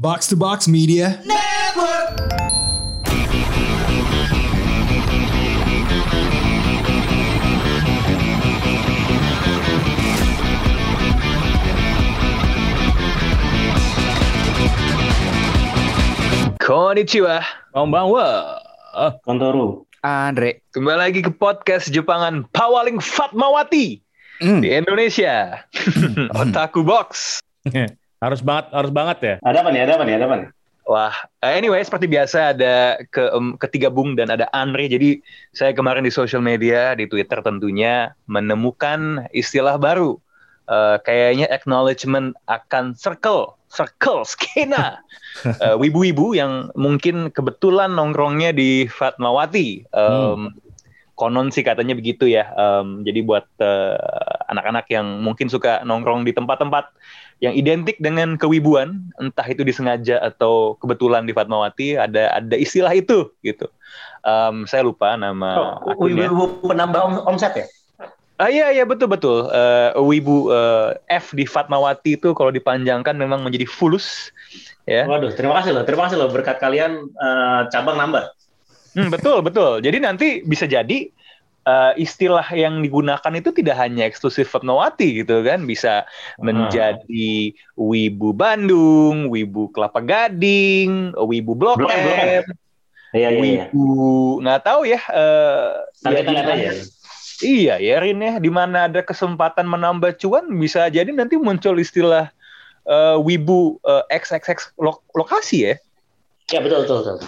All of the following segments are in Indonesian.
Box to Box Media Network. Konnichiwa. Konbanwa. Kontoru. Andre. Kembali lagi ke podcast Jepangan paling Fatmawati di Indonesia. Otaku Box. Harus banget ya. Ada apa nih? Wah, anyway, seperti biasa ada ketiga Bung dan ada Andre. Jadi saya kemarin di social media, di Twitter tentunya menemukan istilah baru. Kayaknya acknowledgement akan circle skena wibu-wibu yang mungkin kebetulan nongkrongnya di Fatmawati. Konon sih katanya begitu ya. Jadi buat anak-anak yang mungkin suka nongkrong di tempat-tempat yang identik dengan kewibuan, entah itu disengaja atau kebetulan di Fatmawati, ada istilah itu gitu. Saya lupa nama akunnya. Wibu penambah omset ya? Iya betul. Wibu F di Fatmawati itu kalau dipanjangkan memang menjadi fulus. Ya. Waduh, terima kasih loh berkat kalian cabang nambah. Betul. Jadi nanti bisa jadi istilah yang digunakan itu tidak hanya eksklusif Fatmawati gitu kan, bisa menjadi Wibu Bandung, Wibu Kelapa Gading, Wibu Blok M, Wibu nggak tahu ya. Kita lihat aja. Iya ya Rin ya, di mana ada kesempatan menambah cuan bisa jadi nanti muncul istilah Wibu XXX lokasi ya. Ya betul.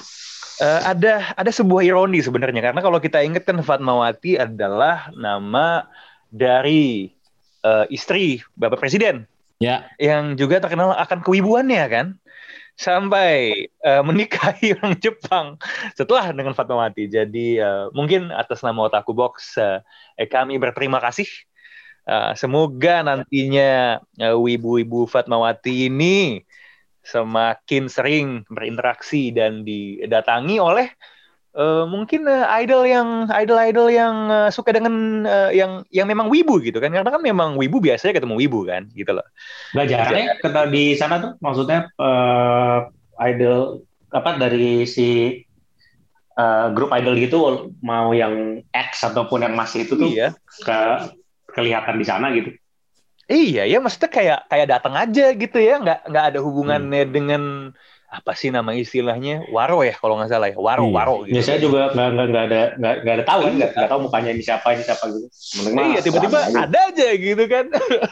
Ada sebuah ironi sebenarnya, karena kalau kita ingat kan Fatmawati adalah nama dari istri Bapak Presiden, ya, yang juga terkenal akan kewibuannya kan, sampai menikahi orang Jepang setelah dengan Fatmawati. Jadi mungkin atas nama Otaku Box kami berterima kasih. Semoga nantinya wibu-wibu Fatmawati ini semakin sering berinteraksi dan didatangi oleh mungkin idol yang suka dengan yang memang wibu gitu kan, karena kan memang wibu biasanya ketemu wibu kan gitu loh. Nggak jarang ya kata di sana tuh, maksudnya idol apa dari si grup idol gitu, mau yang X ataupun yang masih itu tuh kelihatan di sana gitu. Iya ya, maksudnya kayak datang aja gitu ya, nggak ada hubungannya dengan apa sih nama istilahnya, waro ya kalau nggak salah ya, waro gitu. Ya saya juga nggak ada tahu kan, nggak tahu mukanya ini siapa gitu. Iya, tiba-tiba ada aja gitu kan.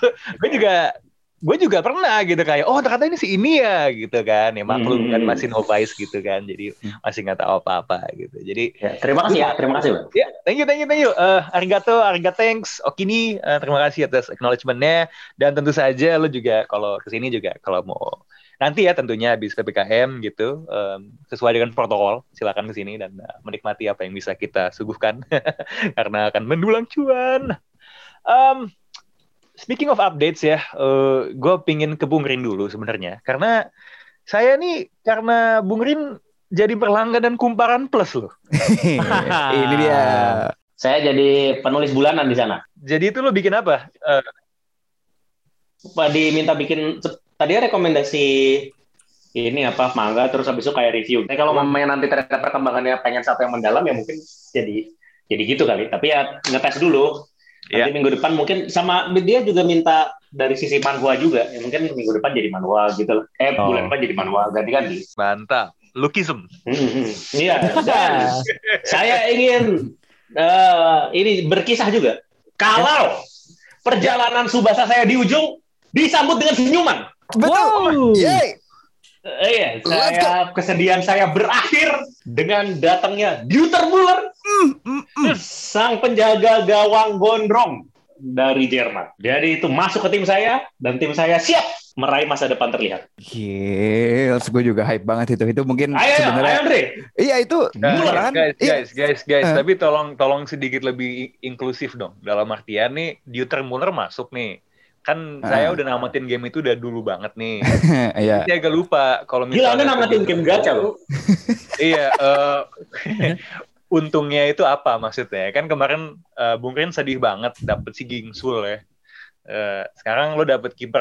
Gue juga pernah gitu kayak, oh ternyata ini si ini ya gitu kan, ya maklum kan masih novice gitu kan, jadi masih nggak tahu apa-apa gitu. Jadi ya, terima kasih Bang. Ya, thank you. Arigato, thanks. Okini, terima kasih atas acknowledgement-nya, dan tentu saja lo juga kalau kesini juga kalau mau nanti ya tentunya habis PPKM gitu, sesuai dengan protokol silakan kesini dan menikmati apa yang bisa kita suguhkan karena akan mendulang cuan. Speaking of updates ya, gue pingin ke Bung Rin dulu sebenarnya, karena saya nih karena Bung Rin jadi berlangganan Kumparan Plus loh. Ini dia. Saya jadi penulis bulanan di sana. Jadi itu lo bikin apa? Diminta bikin tadi rekomendasi ini apa manga, terus habis itu kayak review. Kalau mamanya nanti ternyata perkembangannya pengen satu yang mendalam ya mungkin jadi gitu kali. Tapi ya ngetes dulu. Nanti minggu depan mungkin sama dia juga minta dari sisi manhwa juga. Ya mungkin minggu depan jadi manhwa gitu. Bulan depan jadi manhwa, ganti-ganti. Mantap. Lukism. Iya. Dan saya ingin ini berkisah juga. Kalau perjalanan Tsubasa saya di ujung disambut dengan senyuman. Betul. Yeay. Iya, kesedihan saya berakhir dengan datangnya Dieter Müller, sang penjaga gawang gondrong dari Jerman. Jadi itu masuk ke tim saya, dan tim saya siap meraih masa depan terlihat. Gils, gue juga hype banget itu. Itu mungkin sebenarnya. Andre. Iya itu. Guys. Tapi tolong sedikit lebih inklusif dong. Dalam artian nih, Dieter Müller masuk nih. Kan saya udah namatin game itu udah dulu banget nih. Iya. Saya agak lupa kalau misalnya. Gila, Anda namatin game gacha loh. Iya. Untungnya itu apa maksudnya? Kan kemarin Bung Rin sedih banget dapet si Gingsul ya. Sekarang lo dapet kiper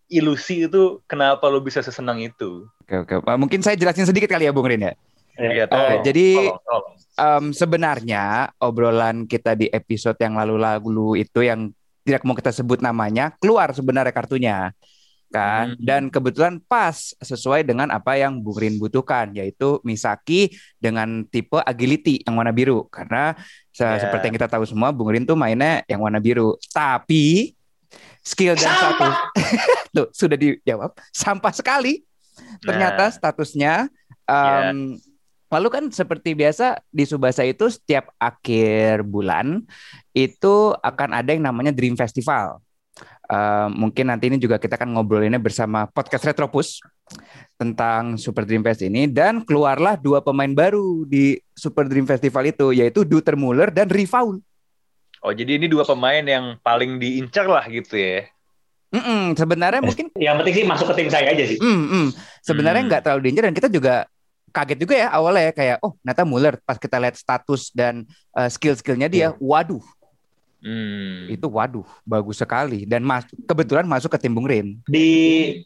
ilusi itu kenapa lo bisa sesenang itu. Oke. Mungkin saya jelasin sedikit kali ya Bung Rin ya. Iya, tolong. Jadi tolong. sebenarnya obrolan kita di episode yang lalu-lalu itu yang tidak mau kita sebut namanya, keluar sebenarnya kartunya kan. Dan kebetulan pas sesuai dengan apa yang Bung Rin butuhkan, yaitu Misaki dengan tipe agility yang warna biru. Karena seperti yang kita tahu semua, Bung Rin tuh mainnya yang warna biru. Tapi skill dan status tuh sudah dijawab, sampah sekali ternyata statusnya. Lalu kan seperti biasa di Tsubasa itu setiap akhir bulan itu akan ada yang namanya Dream Festival. Mungkin nanti ini juga kita akan ngobrolinnya bersama podcast Retropus tentang Super Dream Fest ini, dan keluarlah 2 pemain baru di Super Dream Festival itu, yaitu Dutermuller dan Rifaul. Oh, jadi ini 2 pemain yang paling diincar lah gitu ya. Sebenarnya mungkin yang penting sih masuk ke tim saya aja sih. Sebenarnya nggak terlalu diincar, dan kita juga kaget juga ya awalnya kayak ternyata Muller pas kita lihat status dan skill-skillnya dia, waduh. Itu bagus sekali, dan kebetulan masuk ke tim Bung Rin. Di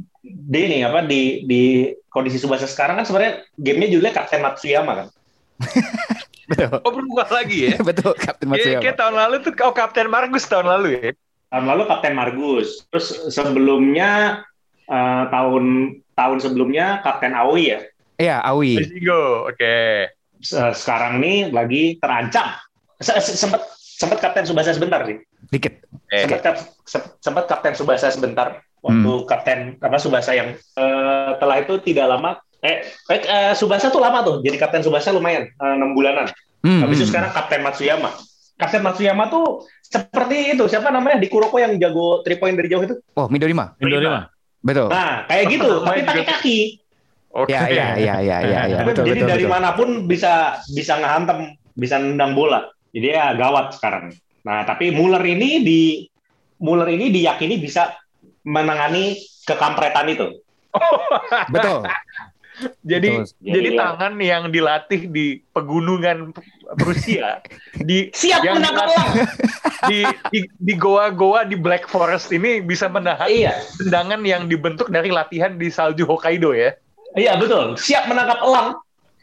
kondisi Tsubasa sekarang kan sebenarnya gamenya judulnya Kapten Matsuyama kan. Betul. Berubah lagi ya. Betul, Kapten Matsuyama. Kayak tahun lalu tuh Kapten Margus tahun lalu ya. Tahun lalu Kapten Margus. Terus sebelumnya tahun sebelumnya Kapten Aoi ya. Iya, Aoi. Oke. Sekarang nih lagi terancam. Sempat Kapten Tsubasa sebentar sih. Dikit. Sempat Kapten Tsubasa sebentar. Waktu Kapten Tsubasa yang setelah itu tidak lama. Tsubasa tuh lama tuh. Jadi Kapten Tsubasa lumayan 6 bulanan. Habis itu sekarang Kapten Matsuyama. Kapten Matsuyama tuh seperti itu. Siapa namanya di Kuroko yang jago 3 point dari jauh itu? Oh, Midorima. Betul. Nah, kayak gitu. Tapi pakai kaki. Oke. Ya. Betul, jadi dari manapun bisa ngehantem, bisa nendang bola. Jadi ya gawat sekarang. Nah, tapi Muller ini diyakini bisa menangani kekampretan itu. Betul. Jadi tangan yang dilatih di pegunungan Rusia siap menangkap elang. di goa-goa di Black Forest ini bisa menahan tendangan yang dibentuk dari latihan di salju Hokkaido ya. Iya betul, siap menangkap elang.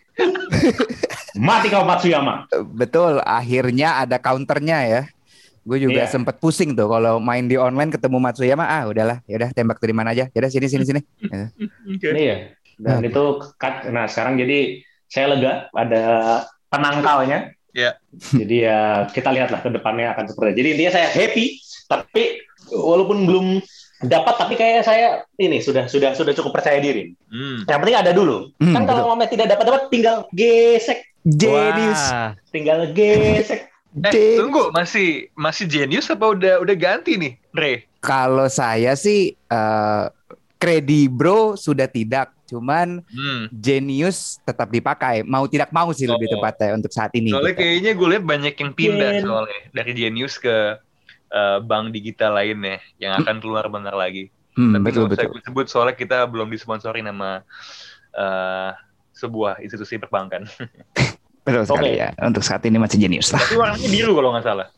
Mati kau Matsuyama. Betul, akhirnya ada counternya ya. Gue juga sempat pusing tuh kalau main di online ketemu Matsuyama, udahlah, yaudah tembak dari mana aja. Yaudah sini. Iya. Dan itu sekarang jadi saya lega ada penangkalnya. Iya. Jadi ya kita lihatlah ke depannya akan seperti apa. Jadi intinya saya happy, tapi walaupun belum dapat, tapi kayak saya ini sudah cukup percaya diri. Yang penting ada dulu. Kan kalau mau tidak dapat tinggal gesek. Genius. Tinggal gesek. Tunggu, masih Genius apa udah ganti nih, Re? Kalau saya sih Credibro sudah tidak, cuman Genius tetap dipakai. Mau tidak mau sih lebih tepatnya untuk saat ini. Soalnya gitu. kayaknya gue lihat banyak yang pindah soalnya dari Genius ke bank digital lainnya yang akan keluar bentar lagi. Tapi betul. Gue sebut soalnya kita belum disponsori nama sebuah institusi perbankan. Betul sekali ya. Untuk saat ini masih Genius lah. Tapi warnanya biru kalau nggak salah.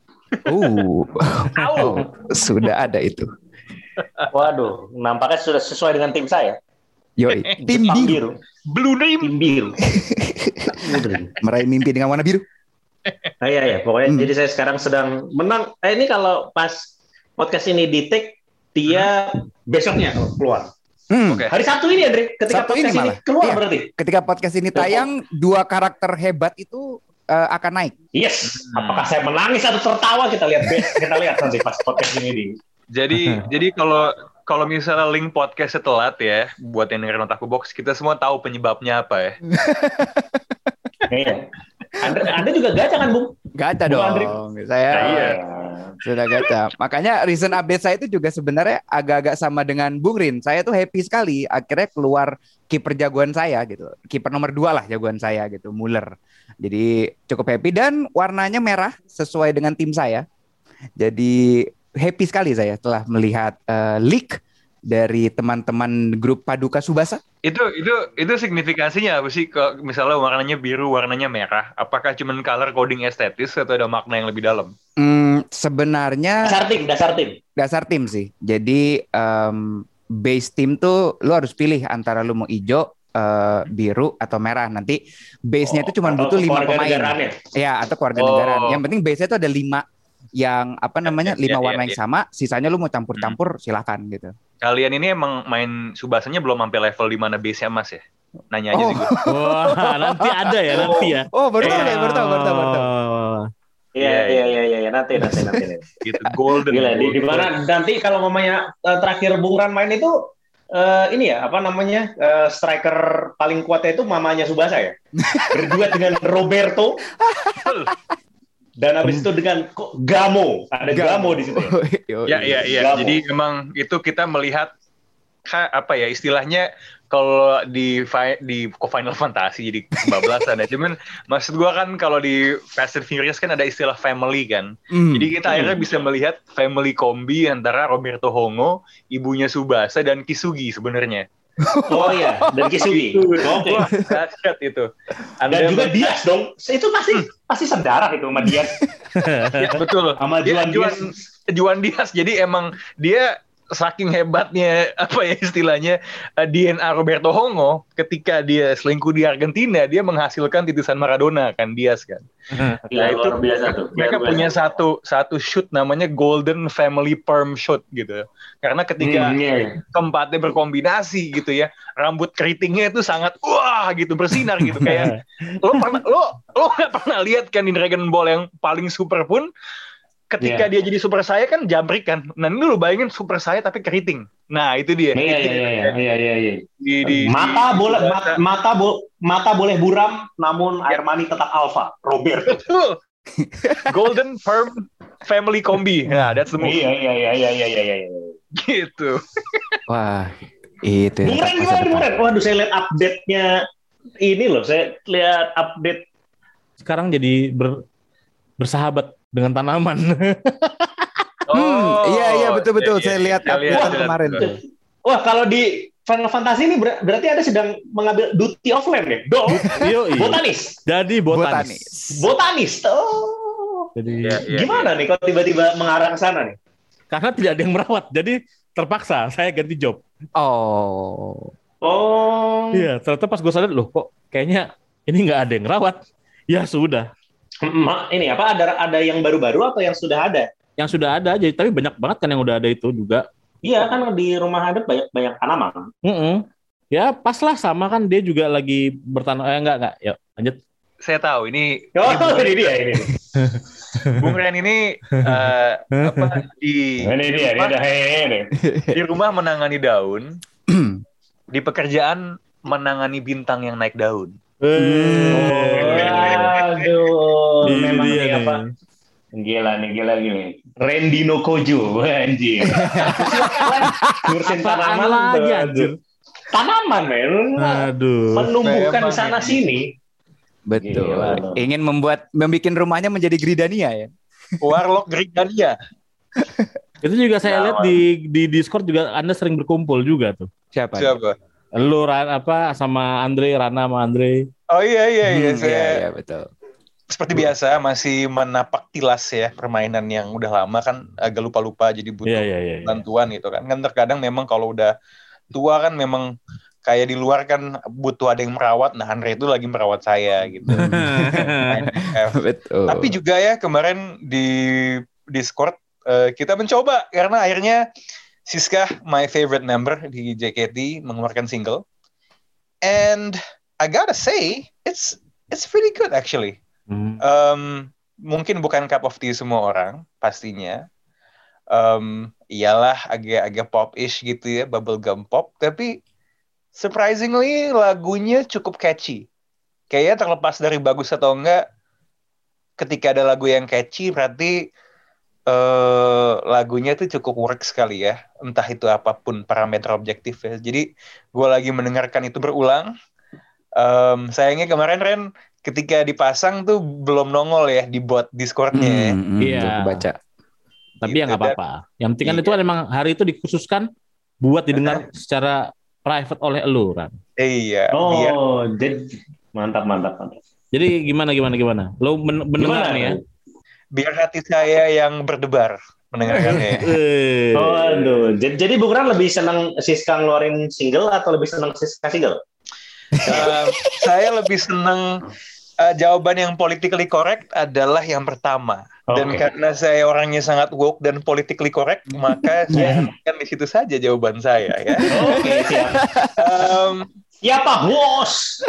Sudah ada itu. Waduh, nampaknya sudah sesuai dengan tim saya. Yoi, tim biru. Blue Dream. Tim biru. Meraih mimpi dengan warna biru. Iya. Pokoknya jadi saya sekarang sedang menang. Ini kalau pas podcast ini di-take, dia besoknya keluar. Okay. Hari Sabtu ini, Andre. Ketika Sabtu podcast ini keluar berarti. Ketika podcast ini tayang, 2 karakter hebat itu akan naik. Yes. Apakah saya menangis atau tertawa? Kita lihat nanti pas podcast ini. Jadi kalau misalnya link podcast telat ya, buat yang dengerin Otaku Box, kita semua tahu penyebabnya apa ya. Iya. Anda juga gacha kan, Bung? Gacha dong. Saya sudah gacha. Makanya recent update saya itu juga sebenarnya agak-agak sama dengan Bung Rin. Saya tuh happy sekali akhirnya keluar kiper jagoan saya gitu. Kiper nomor 2 lah jagoan saya gitu, Muller. Jadi cukup happy dan warnanya merah sesuai dengan tim saya. Jadi happy sekali saya setelah melihat leak dari teman-teman grup Paduka Tsubasa. Itu signifikansinya apa sih? Kalau misalnya warnanya biru, warnanya merah, apakah cuma color coding estetis atau ada makna yang lebih dalam? Sebenarnya dasar tim sih. Jadi base team tuh lu harus pilih antara lu mau hijau, biru atau merah. Nanti base-nya itu cuma butuh 5 pemain. Ya, atau kewarganegaraan. Yang penting base-nya itu ada 5 yang apa namanya 5 warna yang sama, sisanya lu mau campur-campur silahkan gitu. Kalian ini emang main Subasanya belum sampai level di mana base-nya Mas ya? Nanya aja sih gue. Wah, nanti ada ya nanti ya. Oh, baru tahu. Iya, nanti. Gitu, golden. Gila, di mana nanti kalau ngomongnya terakhir Bung Ran main itu ini ya, apa namanya, striker paling kuatnya itu mamanya Subasa ya? Berduet dengan Roberto. Dan habis itu dengan Gamo, ada Gamo di situ. Ya. Jadi emang itu kita melihat apa ya istilahnya kalau di Final Fantasy jadi kebablasan ya. Cuman maksud gua kan kalau di Fast and Furious kan ada istilah family kan. Jadi kita akhirnya bisa melihat family kombi antara Roberto Hongo, ibunya Subasa dan Kisugi sebenarnya. Oh iya, dan Kisugi. Oke. Dahsyat itu. Dan juga Diaz dong. Itu pasti sedarah itu sama Diaz. Ya, betul. Sama Juan Diaz. Jadi emang dia saking hebatnya apa ya istilahnya DNA Roberto Hongo ketika dia selingkuh di Argentina dia menghasilkan titisan Maradona kan Diaz kan. Nah, itu luar biasa tuh. Mereka punya satu shoot namanya Golden Family Perm Shoot gitu. Karena ketika keempatnya berkombinasi gitu ya, rambut keritingnya itu sangat wah gitu bersinar gitu kayak lo nggak pernah lihat kan di Dragon Ball yang paling super pun ketika dia jadi Super Saya kan jabrik kan. Nah ini lu bayangin Super Saya tapi keriting. Nah itu dia. Iya. Mata boleh buram, namun air mani tetap alpha. Robert. Betul. Golden Perm Family Kombi. Nah that's the move. Iya. Gitu. Wah itu. Buran. Waduh saya lihat update-nya ini loh. Saya lihat update. Sekarang jadi bersahabat dengan tanaman. Iya betul. Saya lihat update kemarin tuh. Wah, kalau di Final Fantasy ini berarti ada sedang mengambil duty of land ya? Botanis. Jadi botanis. Oh. Jadi gimana nih kok tiba-tiba mengarah ke sana nih? Karena tidak ada yang merawat. Jadi terpaksa saya ganti job. Oh. Iya, ternyata pas gue sadar loh kok kayaknya ini nggak ada yang rawat. Ya sudah. Ini apa ada yang baru-baru atau yang sudah ada? Yang sudah ada aja, tapi banyak banget kan yang udah ada itu juga. Iya kan di rumah ada banyak tanaman. Ya pas lah sama kan dia juga lagi bertanam. Enggak. Yuk lanjut. Saya tahu ini. Ini dia. Bung Ren ini di rumah menangani daun, di pekerjaan menangani bintang yang naik daun. Aduh, memang nih apa? Gila nih. Randy Nokojo, anjir. Ngurusin tanaman lagi, anjir. Tanaman, men. Aduh. Menumbuhkan sana sini. Betul. Gila, ingin membuat rumahnya menjadi Gridania ya. Warlock Gridania. Itu juga saya lihat di Discord juga Anda sering berkumpul juga tuh. Siapa? Lu sama Andre, Rana sama Andre. Oh iya. Iya, betul. Seperti biasa masih menapak tilas ya permainan yang udah lama kan agak lupa-lupa jadi butuh bantuan gitu kan. Kan terkadang memang kalau udah tua kan memang kayak di luar kan butuh ada yang merawat. Nah Andre itu lagi merawat saya gitu. Betul. Tapi juga ya kemarin di Discord kita mencoba karena akhirnya Siska, my favorite member di JKT, mengeluarkan single. And I gotta say, it's pretty good actually. Mungkin bukan cup of tea semua orang, pastinya. Iyalah agak pop-ish gitu ya, bubblegum pop. Tapi surprisingly lagunya cukup catchy. Kayaknya terlepas dari bagus atau enggak, ketika ada lagu yang catchy berarti lagunya tuh cukup work sekali ya, entah itu apapun parameter objektif ya. Jadi gue lagi mendengarkan itu berulang. Sayangnya kemarin Ren ketika dipasang tuh belum nongol ya di bot Discord-nya. Iya. Baca. Tapi ya nggak apa-apa. Yang penting kan itu kan memang hari itu dikhususkan buat didengar secara private oleh elu, Ran. Iya. Jadi mantap. Jadi gimana? Lo mendengar nih ya? Biar hati saya yang berdebar. mendengarkannya. Oh, aduh. Jadi Bung Ran lebih senang Siska ngeluarin single atau lebih senang Siska single? Saya lebih senang jawaban yang politically correct adalah yang pertama. Dan karena saya orangnya sangat woke dan politically correct, maka saya akan di situ saja jawaban saya ya. Oke, siap. Siapa bos?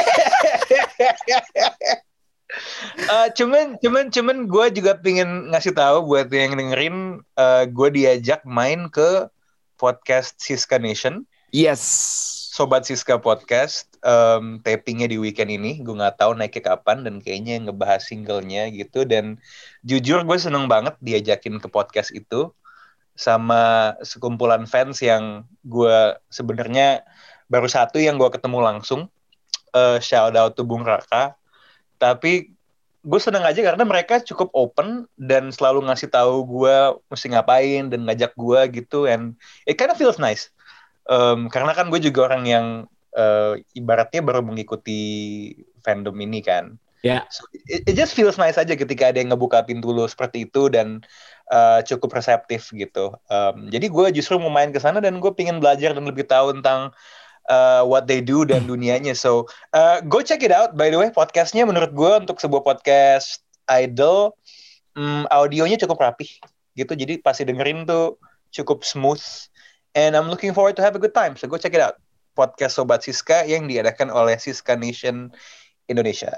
Cuman gue juga pengen ngasih tahu buat yang dengerin, gue diajak main ke podcast Siska Nation. Yes. Sobat Siska Podcast, tapingnya di weekend ini. Gue nggak tahu naiknya kapan dan kayaknya ngebahas singlenya gitu. Dan jujur gue seneng banget diajakin ke podcast itu sama sekumpulan fans yang gue sebenarnya baru satu yang gue ketemu langsung. Shout out to Bung Raka. Tapi gue seneng aja karena mereka cukup open dan selalu ngasih tahu gue mesti ngapain dan ngajak gue gitu. And it kind of feels nice. Karena kan gue juga orang yang ibaratnya baru mengikuti fandom ini kan. Ya. So, it just feels nice aja ketika ada yang ngebuka pintu lo seperti itu dan cukup reseptif gitu. Jadi gue justru mau main ke sana dan gue pengen belajar dan lebih tahu tentang what they do dan dunianya. So go check it out. By the way, podcastnya menurut gue untuk sebuah podcast idol, audionya cukup rapih gitu. Jadi pasti dengerin tuh cukup smooth. And I'm looking forward to have a good time. So go check it out. Podcast Sobat Siska yang diadakan oleh Siska Nation Indonesia.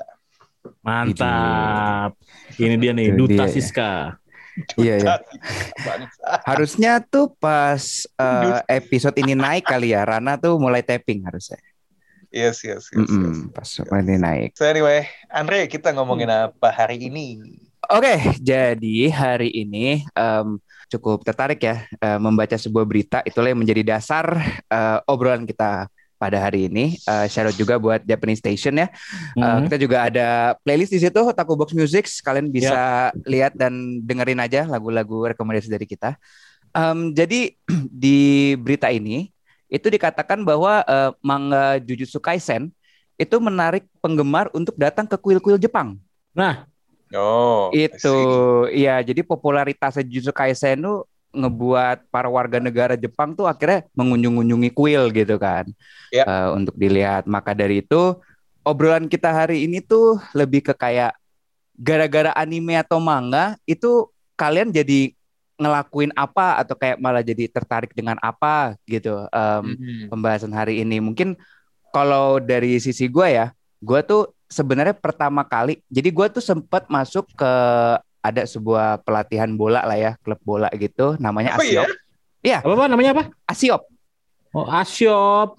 Mantap. Ini dia nih, Duta Siska. Iya. Harusnya tuh pas episode ini naik kali ya, Rana tuh mulai tapping harusnya. Yes. Pas ini naik. So anyway, Andre, kita ngomongin apa hari ini? Oke, jadi hari ini cukup tertarik ya membaca sebuah berita. Itulah yang menjadi dasar obrolan kita pada hari ini. Shout out juga buat Japanese Station ya. Kita juga ada playlist di situ, Otaku Box Music. Kalian bisa lihat dan dengerin aja lagu-lagu rekomendasi dari kita. Jadi di berita ini itu dikatakan bahwa manga Jujutsu Kaisen itu menarik penggemar untuk datang ke kuil-kuil Jepang. Nah, itu iya, jadi popularitasnya Jujutsu Kaisen itu ngebuat para warga negara Jepang tuh akhirnya mengunjungi kuil gitu kan, untuk dilihat. Maka dari itu obrolan kita hari ini tuh lebih ke kayak gara-gara anime atau manga itu kalian jadi ngelakuin apa atau kayak malah jadi tertarik dengan apa gitu. Pembahasan hari ini mungkin kalau dari sisi gue ya, gue tuh sebenarnya pertama kali, jadi gue tuh sempat masuk ke ada sebuah pelatihan bola lah ya, klub bola gitu, namanya Asiop. Iya. Apa namanya apa? Asiop. Oh, Asiop.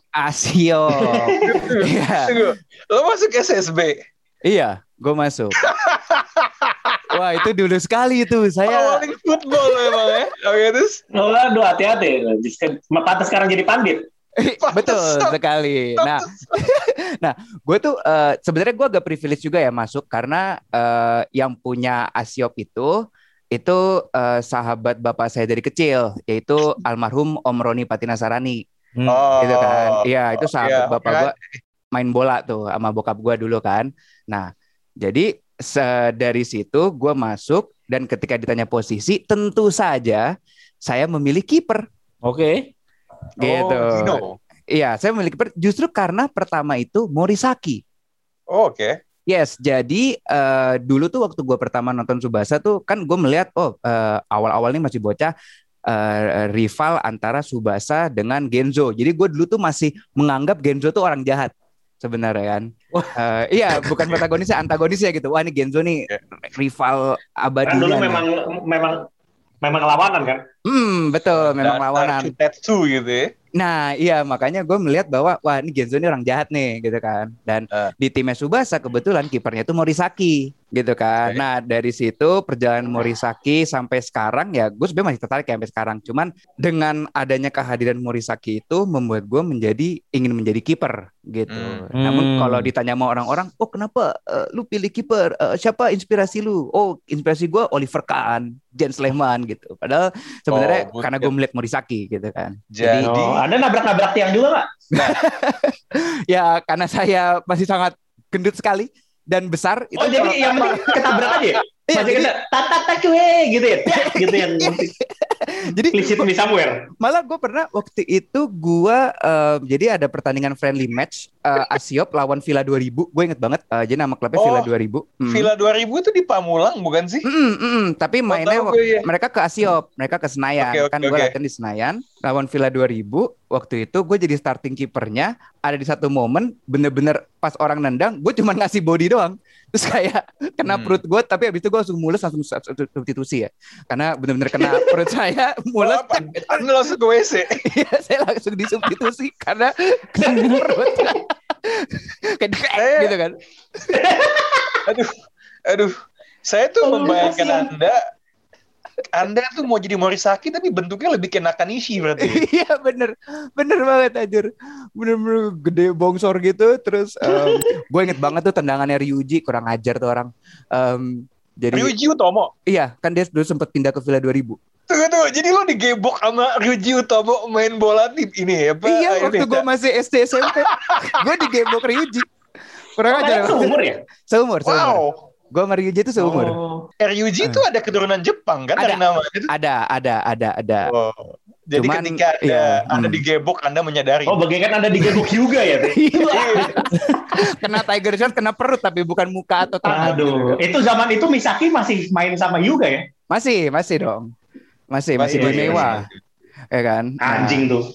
Iya. Lo masuk SSB? Iya, gue masuk. Wah, itu dulu sekali itu saya. Awalnya football memang ya. Oke, terus. Aduh, hati-hati. Pantas sekarang jadi pandit. Betul sekali. Nah, gue tuh sebenarnya gue agak privilege juga ya masuk karena yang punya Asiop itu sahabat bapak saya dari kecil, yaitu almarhum Om Roni Patinasarani. Gitu kan. Iya, itu sahabat bapak gue main bola tuh sama bokap gue dulu kan. Nah, jadi dari situ gue masuk dan ketika ditanya posisi, tentu saja saya memilih kiper. Oke. Gitu. Iya, saya memilih kiper justru karena pertama itu Morisaki. Oke. Yes, jadi dulu tuh waktu gue pertama nonton Tsubasa tuh kan gue melihat awal-awal ini masih bocah, rival antara Tsubasa dengan Genzo. Jadi gue dulu tuh masih menganggap Genzo tuh orang jahat sebenarnya kan. Iya, bukan protagonisnya, antagonisnya gitu. Wah, ini Genzo nih rival abadi. Kan dulu memang lawanan kan? Betul, memang lawanan. Tetsu gitu ya. Nah, iya makanya gue melihat bahwa wah ini Genzo ini orang jahat nih gitu kan. Dan di timnya Tsubasa kebetulan kipernya itu Morisaki gitu kan. Nah, dari situ perjalanan Morisaki sampai sekarang ya gue sebenarnya masih tertarik ya sampai sekarang. Cuman dengan adanya kehadiran Morisaki itu membuat gue ingin menjadi kiper gitu. Namun kalau ditanya sama orang-orang, "Oh, kenapa lu pilih kiper? Siapa inspirasi lu?" "Oh, inspirasi gue Oliver Kahn, Jens Lehmann gitu." Padahal sebenarnya karena gue melihat Morisaki gitu kan. Jadi ada nabrak-nabrak tiang juga nggak? Ya karena saya masih sangat gendut sekali dan besar. Jadi yang penting ketabrak aja. Iya, Masih kita tata cuy gitu ya. Gitu yang musik. jadi Please hit me somewhere. malah gue pernah waktu itu jadi ada pertandingan friendly match Asiop lawan Villa 2000. Gue inget banget. Jadi nama klubnya Villa 2000. Villa 2000 itu di Pamulang bukan sih? Tapi mainnya tahu gue, ya. mereka ke Asiop, mereka ke Senayan. Kan gue latihan di Senayan lawan Villa 2000. Waktu itu gue jadi starting kipernya. Ada di satu momen bener-bener pas orang nendang, gue cuma ngasih body doang. Terus kayak kena perut gue, tapi abis itu gue langsung mules, langsung substitusi ya. Karena bener-bener kena perut saya, mules. Anda langsung ke WC. Iya, saya langsung disubstitusi karena kena perut. Kayak gitu kan. Aduh. Saya tuh membayangkan Anda tuh mau jadi Morisaki tapi bentuknya lebih kayak Nakanishi berarti. Iya bener banget anjir. Bener-bener gede bongsor gitu. Terus gue inget banget tuh tendangannya Ryuji, kurang ajar tuh orang. Jadi Ryuji Utomo. Iya, kan dia dulu sempat pindah ke Villa 2000. Tunggu, jadi lo digebok sama Ryuji Utomo main bola di ini ya? Iya, waktu gue masih SD SMP, gue digebok Ryuji. Kurang ajar. Seumur ya? Seumur. Wow. Gue sama Ryuji itu seumur. Ryuji itu ada keturunan Jepang kan dari nama itu? Ada. Oh. Jadi Cuman, ketika Anda digebok, Anda menyadari. Oh, bagaikan Anda digebok juga ya? Kena Tiger Shot, kena perut tapi bukan muka atau tangan. Aduh, itu zaman itu Misaki masih main sama Yuga ya? Masih dong. Masih di Meiwa. Ya kan? Anjing tuh.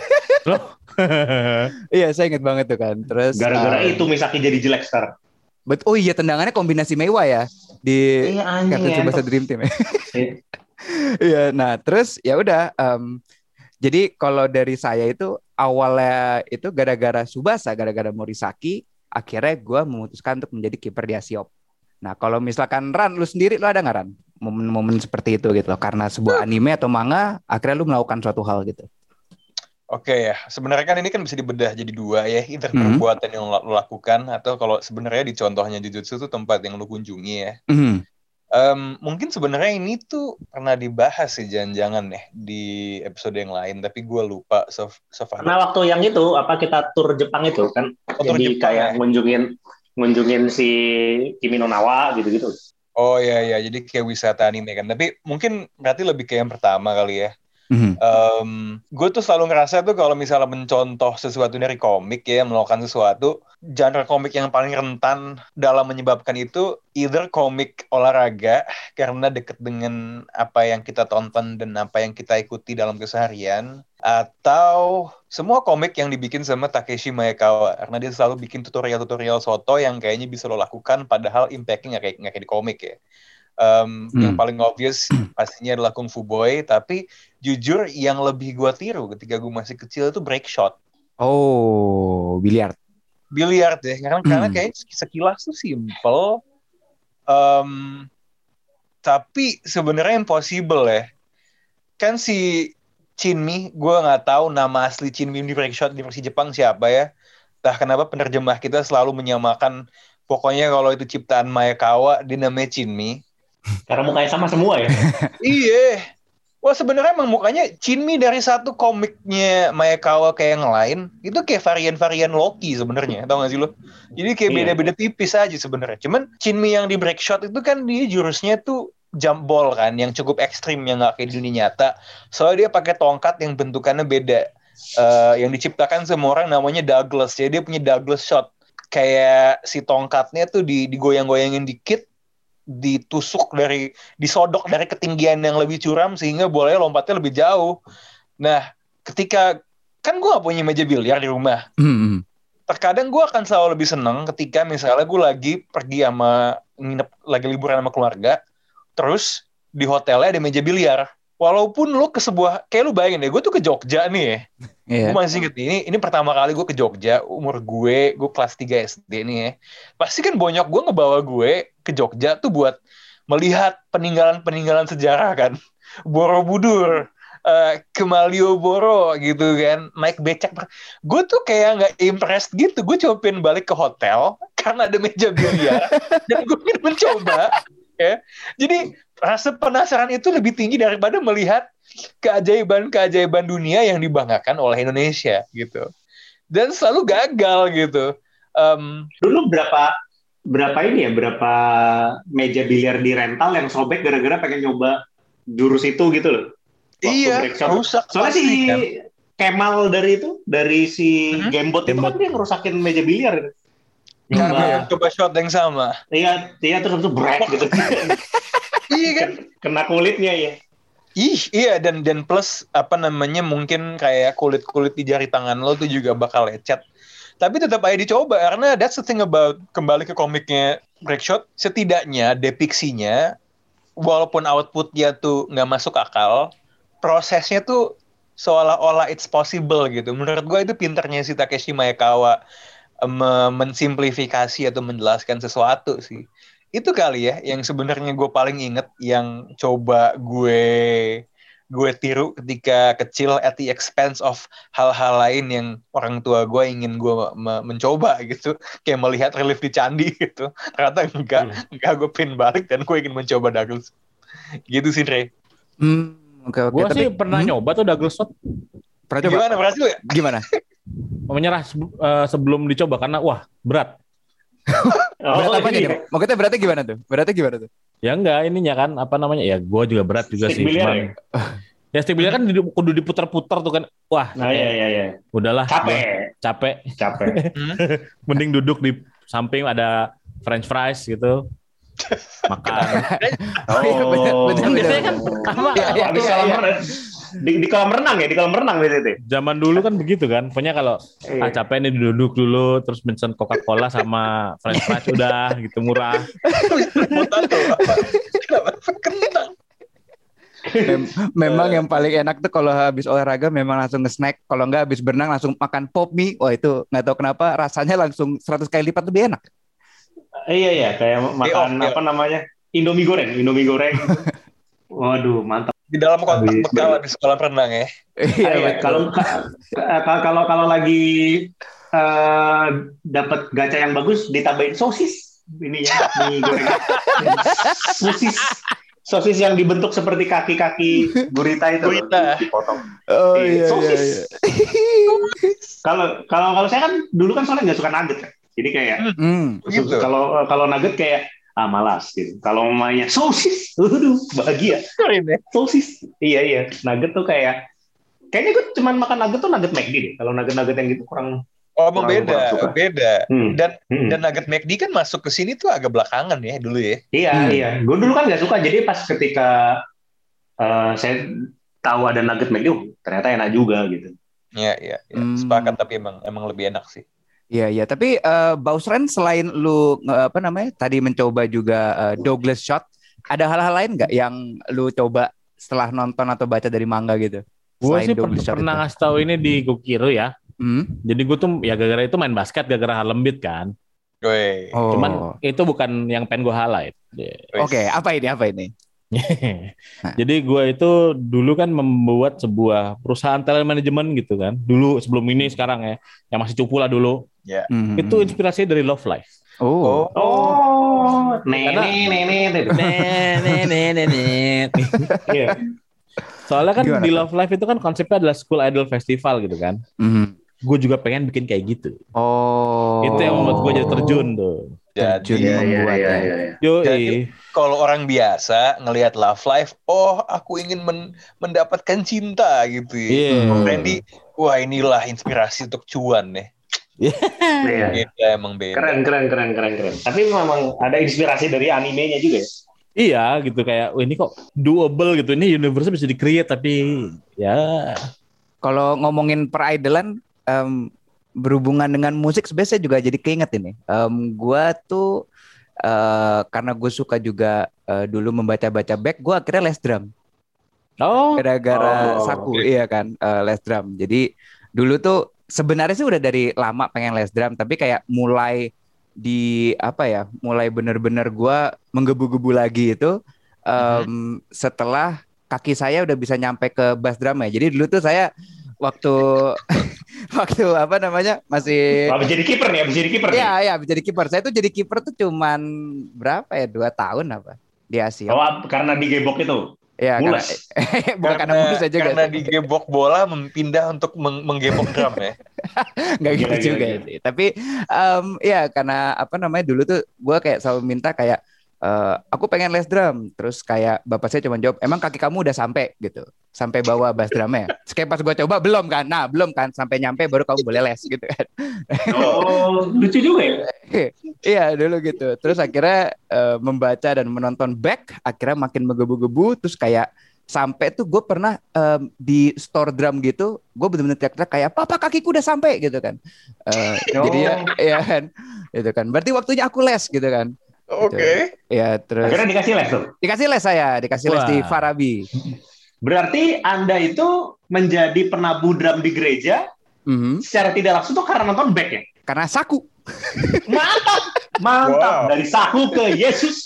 Iya, saya inget banget tuh kan. Terus gara-gara itu Misaki jadi jelek sekarang. Oh iya, tendangannya kombinasi Meiwa ya di Captain Tsubasa Dream Team. Iya, nah terus ya udah. Jadi kalau dari saya itu awalnya itu gara-gara Tsubasa, gara-gara Morisaki, akhirnya gue memutuskan untuk menjadi kiper di Asiop. Nah kalau misalkan Ran, lu sendiri lu ada nggak Ran momen-momen seperti itu gitu loh, karena sebuah anime atau manga, akhirnya lu melakukan suatu hal gitu? Oke ya, sebenarnya kan ini kan bisa dibedah jadi dua ya, either perbuatan yang lo lakukan atau kalau sebenarnya di contohnya Jujutsu itu tempat yang lo kunjungi ya. Mungkin sebenarnya ini tuh pernah dibahas sih jangan-jangan ya di episode yang lain, tapi gue lupa so far. Karena waktu yang itu apa kita tur Jepang itu kan, jadi kayak ngunjungin si Kimi no Nawa gitu-gitu. Oh iya, jadi kayak wisata anime kan. Tapi mungkin berarti lebih kayak yang pertama kali ya. Gue tuh selalu ngerasa tuh kalau misalnya mencontoh sesuatu dari komik ya, melakukan sesuatu, genre komik yang paling rentan dalam menyebabkan itu either komik olahraga karena deket dengan apa yang kita tonton dan apa yang kita ikuti dalam keseharian, atau semua komik yang dibikin sama Takeshi Maekawa karena dia selalu bikin tutorial soto yang kayaknya bisa lo lakukan padahal impact-nya nggak kayak di komik ya. Yang paling obvious pastinya adalah Kung Fu Boy, tapi jujur yang lebih gue tiru ketika gue masih kecil itu break shot. Oh, biliar Ya, karena kayak sekilas tuh simple, tapi sebenarnya impossible ya. Kan si Chinmi, gue nggak tahu nama asli Chinmi di break shot di versi Jepang siapa ya. Entah kenapa penerjemah kita selalu menyamakan, pokoknya kalau itu ciptaan Maekawa dia namanya Chinmi. Karena mukanya sama semua ya. Iya. Wah sebenarnya emang mukanya Chinmi dari satu komiknya Maekawa kayak yang lain. Itu kayak varian-varian Loki sebenarnya. Tahu gak sih lo? Jadi kayak beda-beda tipis aja sebenarnya. Cuman Chinmi yang di break shot itu kan dia jurusnya tuh jump ball kan. Yang cukup ekstrim yang gak kayak di dunia nyata. Soalnya dia pakai tongkat yang bentukannya beda. Yang diciptakan sama orang namanya Douglas. Jadi dia punya Douglas shot. Kayak si tongkatnya tuh digoyang-goyangin dikit, disodok dari ketinggian yang lebih curam sehingga bolanya lompatnya lebih jauh. Nah, ketika kan gue gak punya meja biliar di rumah. Terkadang gue akan selalu lebih seneng ketika misalnya gue lagi pergi lagi liburan sama keluarga, terus di hotelnya ada meja biliar. Walaupun lu ke sebuah, kayak lu bayangin deh, gue tuh ke Jogja nih ya. Yeah. Gue masih inget ini pertama kali gue ke Jogja, umur gue kelas 3 SD nih ya. Pasti kan bonyok gue ngebawa gue ke Jogja tuh buat melihat peninggalan-peninggalan sejarah kan. Borobudur, ke Malioboro gitu kan, naik becak. Gue tuh kayak gak impressed gitu, gue cuma pengen balik ke hotel karena ada meja biliar dan gue ingin mencoba ya. Jadi rasa penasaran itu lebih tinggi daripada melihat keajaiban-keajaiban dunia yang dibanggakan oleh Indonesia gitu. Dan selalu gagal gitu. Dulu berapa ini ya, berapa meja biliar di rental yang sobek gara-gara pengen nyoba jurus itu gitu loh. Waktu Iya, break shot. rusak Soalnya pasti, si kan? Kemal dari si Gamebot itu kan dia ngerusakin meja biliar gitu. Karena coba shot yang sama. Iya, terus habis itu break gitu. Iya kan? Kena kulitnya ya. Iya, dan plus apa namanya, mungkin kayak kulit di jari tangan lo tuh juga bakal lecet. Tapi tetap aja dicoba karena that's the thing about, kembali ke komiknya Breakshot, setidaknya depiksinya walaupun outputnya tuh nggak masuk akal, prosesnya tuh seolah-olah it's possible gitu. Menurut gue itu pinternya si Takeshi Maekawa mensimplifikasi atau menjelaskan sesuatu sih. Itu kali ya yang sebenarnya gue paling inget, yang coba gue tiru ketika kecil at the expense of hal-hal lain yang orang tua gue ingin gue mencoba gitu, kayak melihat relief di candi gitu. Ternyata enggak, gue pin balik dan gue ingin mencoba Douglas gitu sih, Dre. Oke. Gue sih pernah nyoba tuh Douglas shot. Pernah coba? Gimana, berhasil ya? Gimana? Menyerah sebelum dicoba karena wah berat. Berat apa nih? Maksudnya beratnya gimana tuh? Ya enggak, ininya kan apa namanya, ya gue juga berat juga Stick sih. biliar Ya stick biliar kan kudu diputer-puter tuh kan. Wah. Nah, iya. Udahlah. Capek. Mending duduk di samping ada French fries gitu. Makan. Bener. Kan Habis kolam renang. Di kolam renang ya, di kolam renang biasanya. Zaman dulu kan begitu kan. Pokoknya kalau capek nih duduk dulu terus mesen Coca-Cola sama French fries udah gitu, murah. Memang yang paling enak tuh kalau habis olahraga memang langsung nge-snack. Kalau enggak habis berenang langsung makan pop mie. Wah itu nggak tahu kenapa rasanya langsung 100 kali lipat lebih enak. Iya, kayak makan apa namanya? Indomie goreng. Waduh, mantap. Di dalam kotak bekal di sekolah renang ya. Iya, Kalau lagi dapat gacha yang bagus ditambahin sosis. Ini ya, mie goreng. Sosis yang dibentuk seperti kaki-kaki gurita itu. Dipotong. Oh iya. Sosis. Kalau saya kan dulu kan soalnya nggak suka nugget kan. Jadi kayak gitu. Kalau nugget kayak malas gitu. Kalau mainnya sosis, bahagia. Sosis. Iya. Nugget tuh kayaknya gue cuma makan nugget tuh nugget McD deh. Kalau nugget yang gitu kurang. Emang beda. Dan nugget McD kan masuk ke sini tuh agak belakangan ya dulu ya. Iya. Gue dulu kan nggak suka. Jadi pas ketika saya tahu ada nugget McD, ternyata enak juga gitu. Iya. Sepakat, tapi emang lebih enak sih. Iya. Tapi Bausren, selain lu tadi mencoba juga Douglas shot, ada hal-hal lain nggak yang lu coba setelah nonton atau baca dari manga gitu? Gue sih pernah ngasih tahu ini di Gokiro ya. Jadi gue tuh ya gara-gara itu main basket gara-gara Harlem Beat kan. Cuman itu bukan yang pengen gue highlight. Oke, apa ini? Jadi gue itu dulu kan membuat sebuah perusahaan telemanajemen gitu kan. Dulu sebelum ini sekarang ya, yang masih cupu lah dulu. Yeah. Itu inspirasi dari Love Life. Soalnya kan di Love Life itu kan konsepnya adalah School Idol Festival gitu kan. Gue juga pengen bikin kayak gitu. Itu yang membuat gue jadi terjun tuh. Jadi kalau orang biasa ngelihat Love Life, aku ingin mendapatkan cinta gitu ya. Randy, wah inilah inspirasi untuk cuan nih. Beda, emang beda. Keren. Tapi memang ada inspirasi dari animenya juga ya. Iya gitu, kayak ini kok doable gitu. Ini universe bisa di-create tapi ya. Kalau ngomongin peridolan berhubungan dengan musik, sebenarnya juga jadi keinget ini. Gua tuh karena gue suka juga dulu membaca-baca back, gue akhirnya les drum. Gara-gara Saku, iya kan, les drum. Jadi dulu tuh sebenarnya sih udah dari lama pengen les drum, tapi kayak mulai mulai bener-bener gue menggebu-gebu lagi itu setelah kaki saya udah bisa nyampe ke bass drum ya. Jadi dulu tuh saya waktu masih habis jadi kiper nih. Iya, habis jadi kiper. Saya tuh jadi kiper tuh cuman berapa ya, 2 tahun apa di Asia. Karena di Gebok itu. Ya, mulus. Bukan karena mulus aja juga. Karena digebok bola pindah untuk menggebok drum ya. Nggak gitu juga sih. Tapi ya karena apa namanya dulu tuh gue kayak selalu minta kayak aku pengen les drum. Terus kayak bapak saya cuma jawab, emang kaki kamu udah sampai gitu, sampai bawa bass drumnya. Terus kayak pas gue coba belum kan, nah belum kan, sampai nyampe baru kamu boleh les gitu kan. Oh lucu juga ya. Iya dulu gitu. Terus akhirnya membaca dan menonton back, akhirnya makin menggebu-gebu. Terus kayak sampai tuh gue pernah di store drum gitu, gue bener-bener teriak-teriak kayak papa kakiku udah sampai gitu kan. Jadi ya kan, gitu kan. Berarti waktunya aku les gitu kan. Oke. Ya terus. Akhirnya dikasih les tuh. Dikasih les di Farabi. Berarti Anda itu menjadi penabuh drum di gereja secara tidak langsung tuh karena nonton back ya? Karena saku. Mantap. Wow. Dari saku ke Yesus.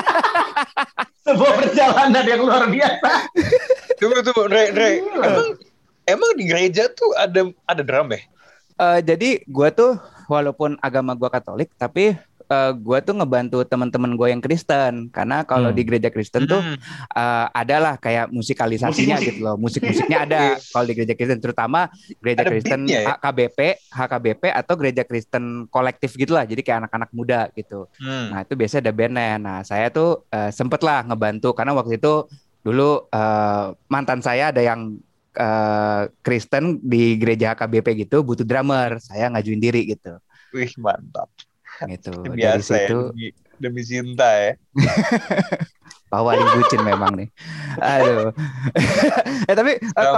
Sebuah perjalanan yang luar biasa. Tunggu, Re. Emang di gereja tuh ada drum ya? Jadi gue tuh walaupun agama gue Katolik, tapi gue tuh ngebantu teman-teman gue yang Kristen, karena kalau di gereja Kristen tuh adalah kayak musikalisasinya gitu loh, musiknya ada kalau di gereja Kristen, terutama gereja Kristen HKBP atau gereja Kristen kolektif gitulah, jadi kayak anak-anak muda gitu. Nah itu biasanya ada bandnya. Nah saya tuh sempet lah ngebantu karena waktu itu dulu mantan saya ada yang Kristen di gereja HKBP gitu, butuh drummer, saya ngajuin diri gitu. Wih mantap. Gitu. Biasa dari situ ya, demi cinta ya. Pak Wali bucin memang nih. Aduh. Tapi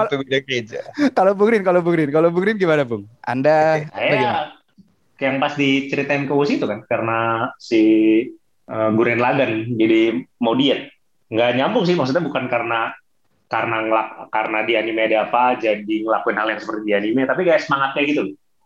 kalau Bung Rin gimana Bung? Anda gimana? Yang pas diceritain ke Usi itu kan karena si Guren Lagan jadi mau diet. Nggak nyambung sih, maksudnya bukan karena di anime ada apa jadi ngelakuin hal yang seperti di anime, tapi kayak semangat kayak gitu.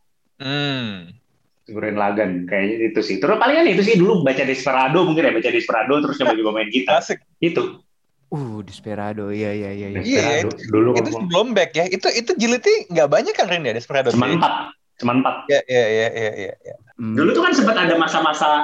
Guren Lagan kayaknya itu sih. Terus palingan itu sih dulu baca Desperado mungkin ya, terus coba main gitar. Itu. Desperado, iya. Desperado. Dulu itu sebelum back ya. Itu jilidnya nggak banyak kan Rin ya Desperado. Cuma 4. Iya. Dulu tuh kan sempat ada masa-masa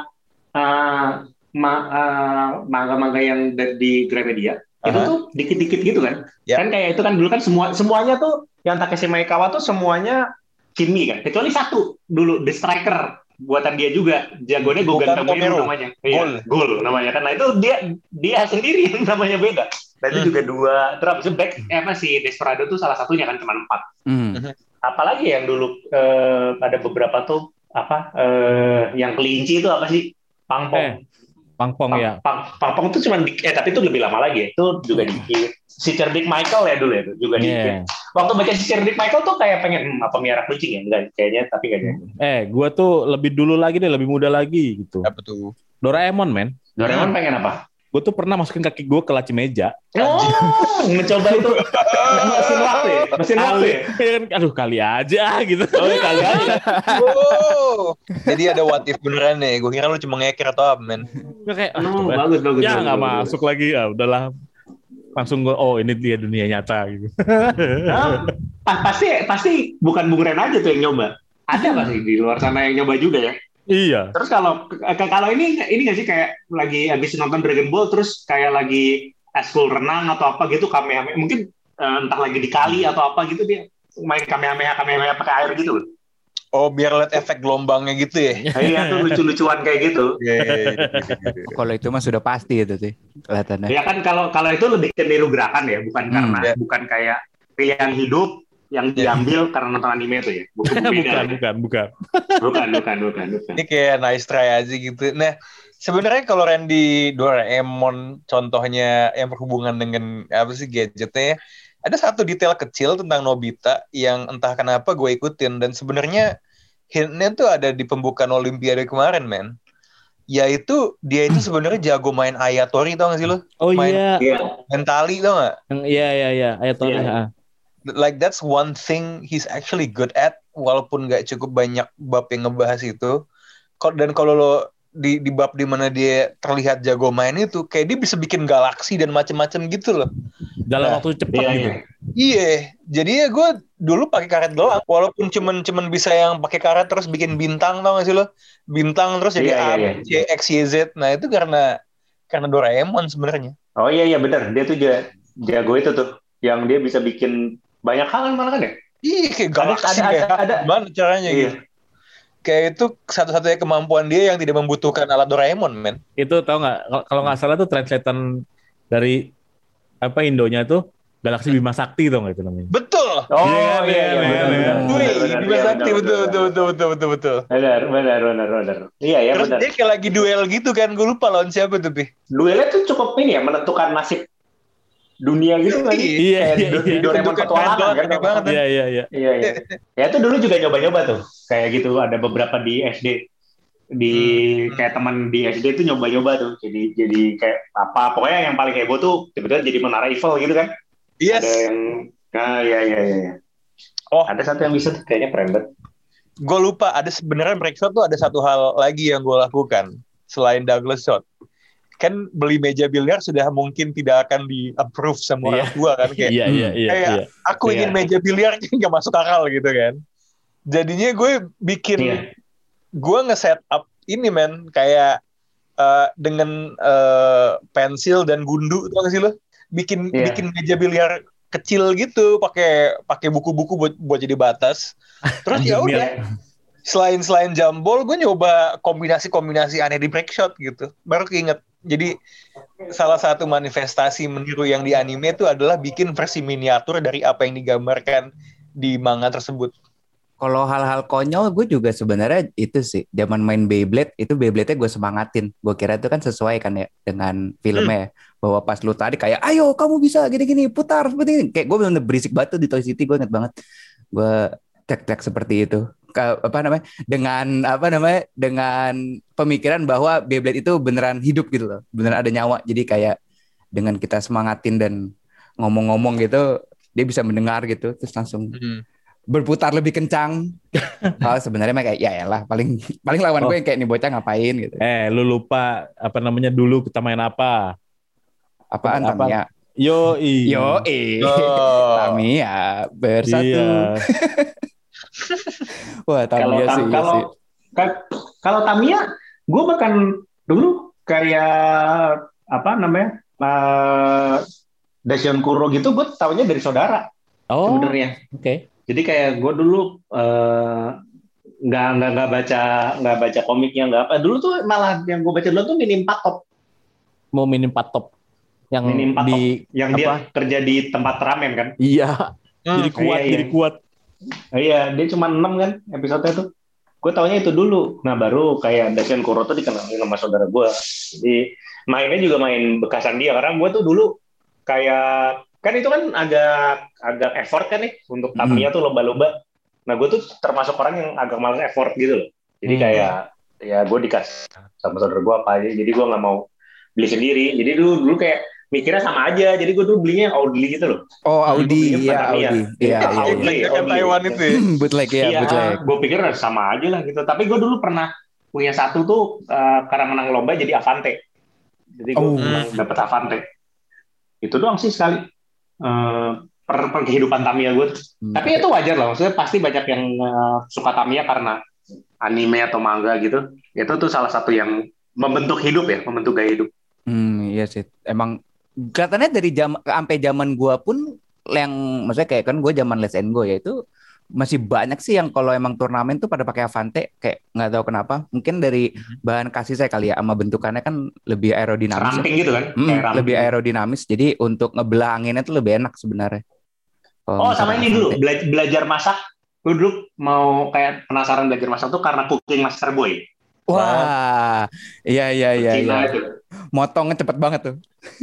manga-manga yang di Gramedia. Itu tuh dikit-dikit gitu kan. Kan kayak itu kan dulu kan semuanya tuh yang Takeshi Maekawa tuh semuanya Kimi kan, kecuali satu dulu The Striker buatan dia juga, jagonya Gogan Tomohiro namanya, Gol namanya kan. Nah itu dia sendiri namanya beda. Dan itu juga 2 drum, back si Desperado tuh salah satunya kan cuma 4. Apalagi yang dulu ada beberapa tuh yang kelinci itu apa sih? Pangpong ya. Pangpong itu cuma tapi itu lebih lama lagi ya. Itu juga dikit. Si Cerdik Michael ya dulu ya juga dikit. Waktu baca si Cerdik Michael tuh kayak pengen miara kucing ya, enggak kayaknya, tapi enggak jadi. Gua tuh lebih dulu lagi deh, lebih muda lagi gitu. Apa tuh? Doraemon, men. Doraemon pengen apa? Gue tuh pernah masukin kaki gue ke laci meja. Mencoba itu mesin waktu ya? Aduh kali aja gitu. Kali aja. Jadi ada what if beneran nih. Gue kira lu cuma ngeker atau apa, men. Kayak, bagus. Ya nggak masuk lagi. Ya udahlah. Langsung gue, ini dia dunia nyata gitu. Pasti bukan Bung Ren aja tuh yang nyoba. Ada pasti di luar sana yang nyoba juga ya. Iya. Terus kalau ini nggak sih kayak lagi habis nonton Dragon Ball terus kayak lagi eskul renang atau apa gitu, kamehameha mungkin entah lagi di kali atau apa gitu dia main kamehameha pakai air gitu. Oh biar lihat efek gelombangnya gitu ya. Iya tuh lucu-lucuan kayak gitu. Kalau itu mah sudah pasti itu sih kelihatannya. Ya kan kalau itu lebih ke niru gerakan ya, bukan kayak pilihan hidup yang diambil karena nonton anime itu ya. Bukan. Ini kayak nice try aja gitu. Nah, sebenarnya kalau Randy Doraemon contohnya yang berhubungan dengan apa sih gadgetnya, ada satu detail kecil tentang Nobita yang entah kenapa gue ikutin dan sebenarnya hintnya tuh ada di pembukaan Olimpiade kemarin, men. Yaitu dia itu sebenarnya jago main Ayatori, tau gak sih lo? Iya. Main tali, tau gak? Iya, Ayatori. Yeah. Like that's one thing he's actually good at, walaupun nggak cukup banyak bab yang ngebahas itu. Dan kalau lo di bab dimana dia terlihat jago main itu, kayak dia bisa bikin galaksi dan macam-macam gitu loh. Dalam waktu cepat gitu. Iya, jadi ya gue dulu pakai karet doang, walaupun cuman bisa yang pakai karet terus bikin bintang, tau gak sih lo? Bintang terus jadi A, B, C, X, Y, Z. Nah itu karena Doraemon sebenarnya. Oh iya benar, dia tuh juga jago itu tuh, yang dia bisa bikin banyak hal malah kan ya. Iya, kayak galaksi ada. Gimana caranya gitu? Kayak itu satu-satunya kemampuan dia yang tidak membutuhkan alat Doraemon, men. Itu tau nggak? Kalau nggak salah tuh translatean dari apa Indonya tuh Galaksi Bima Sakti tuh nggak itu namanya? Betul. Oh iya. Bima Sakti betul. Benar. Iya ya. Terus benar. dia kayak lagi duel gitu kan, gue lupa lawan siapa tuh, Pi. Duelnya tuh cukup ini ya, menentukan nasib dunia gitu kan. Iya. Di Doraemon petualangan kan. Iya. Ya itu dulu juga nyoba-nyoba tuh. Kayak gitu ada beberapa di SD. Kayak teman di SD itu nyoba-nyoba tuh. Jadi kayak apa pokoknya yang paling heboh tuh tiba-tiba jadi menara Eiffel gitu kan. Yes. Ada yang iya. Oh, ada satu yang bisa tuh kayaknya keren banget. Gue lupa ada sebenarnya mereka tuh ada satu hal lagi yang gue lakukan selain Douglas Shot. Kan beli meja biliar sudah mungkin tidak akan di-approve sama orang tua kan kayak. Iya. Aku ingin meja biliar nggak masuk akal gitu kan. Jadinya gue bikin gue nge-set up ini men kayak dengan pensil dan gundu tuh nggak sih lo? Bikin meja biliar kecil gitu pakai buku-buku buat jadi batas. Terus ya udah. Selain jambol, gue nyoba kombinasi aneh di breakshot gitu. Baru keinget. Jadi salah satu manifestasi meniru yang di anime itu adalah bikin versi miniatur dari apa yang digambarkan di manga tersebut. Kalau hal-hal konyol gue juga sebenarnya itu sih. Zaman main Beyblade, itu Beyblade-nya gue semangatin. Gue kira itu kan sesuai kan ya dengan filmnya. Bahwa pas lu tadi kayak, ayo kamu bisa gini-gini, putar seperti ini. Kayak gue bener-bener berisik banget tuh di Toy City, gue inget banget. Gue tek-tek seperti itu. Dengan pemikiran bahwa Beyblade itu beneran hidup gitu loh. Beneran ada nyawa. Jadi kayak dengan kita semangatin dan ngomong-ngomong gitu, dia bisa mendengar gitu. Terus langsung... berputar lebih kencang. Sebenarnya kayak ya elah paling lawan gue yang kayak nih bocah ngapain gitu. Lu lupa apa namanya dulu kita main apa? Apaan Tamiya? Yoi. Tamiya bersatu. Iya. Wah Tamiya sih. Kalau Tamiya, gue bahkan dulu kayak apa namanya Daishin Kuro gitu, gue taunya dari saudara. Sebenarnya. Oke. Jadi kayak gue dulu nggak baca komiknya nggak apa. Dulu tuh malah yang gue baca dulu tuh Minim Patop. Mau Minim Patop yang Minim Patop, di yang apa? Dia kerja di tempat ramen kan? Iya. Jadi kuat. Iya, dia cuma 6 kan episode itu. Gue taunya itu dulu. Nah baru kayak Daishin Kuro tuh dikenalin sama saudara gue. Jadi mainnya juga main bekasan dia. Karena gue tuh dulu kayak kan itu kan agak effort kan nih untuk Tamiya tuh lomba-lomba. Nah gue tuh termasuk orang yang agak malas effort gitu loh. Jadi kayak ya gue dikasih sama saudara gue apa aja. Jadi gue nggak mau beli sendiri. Jadi dulu kayak mikirnya sama aja. Jadi gue dulu belinya Audi gitu loh. Oh Audi, iya Audi. Iya Taiwan itu ya. Bootleg ya. Gue pikir sama aja lah gitu. Tapi gue dulu pernah punya satu tuh karena menang lomba jadi Avante. Jadi gue dapet Avante. Itu doang sih sekali. Kehidupan Tamiya gue. Tapi itu wajar lah, maksudnya pasti banyak yang suka Tamiya karena anime atau manga gitu. Itu tuh salah satu yang membentuk hidup ya, membentuk gaya hidup. Iya sih. Emang kelihatannya dari sampai zaman gue pun yang maksudnya kayak kan gue zaman Let's and Go ya itu masih banyak sih yang kalau emang turnamen tuh pada pakai Avante, kayak nggak tahu kenapa. Mungkin dari bahan kasih saya kali ya, sama bentukannya kan lebih aerodinamis. Ramping gitu kan? Lebih aerodinamis, jadi untuk ngebelah anginnya tuh lebih enak sebenarnya. Sama ini dulu belajar masak. Gue dulu mau kayak penasaran belajar masak tuh karena Cooking Master Boy. Wah, iya. Itu. Motongnya cepet banget tuh.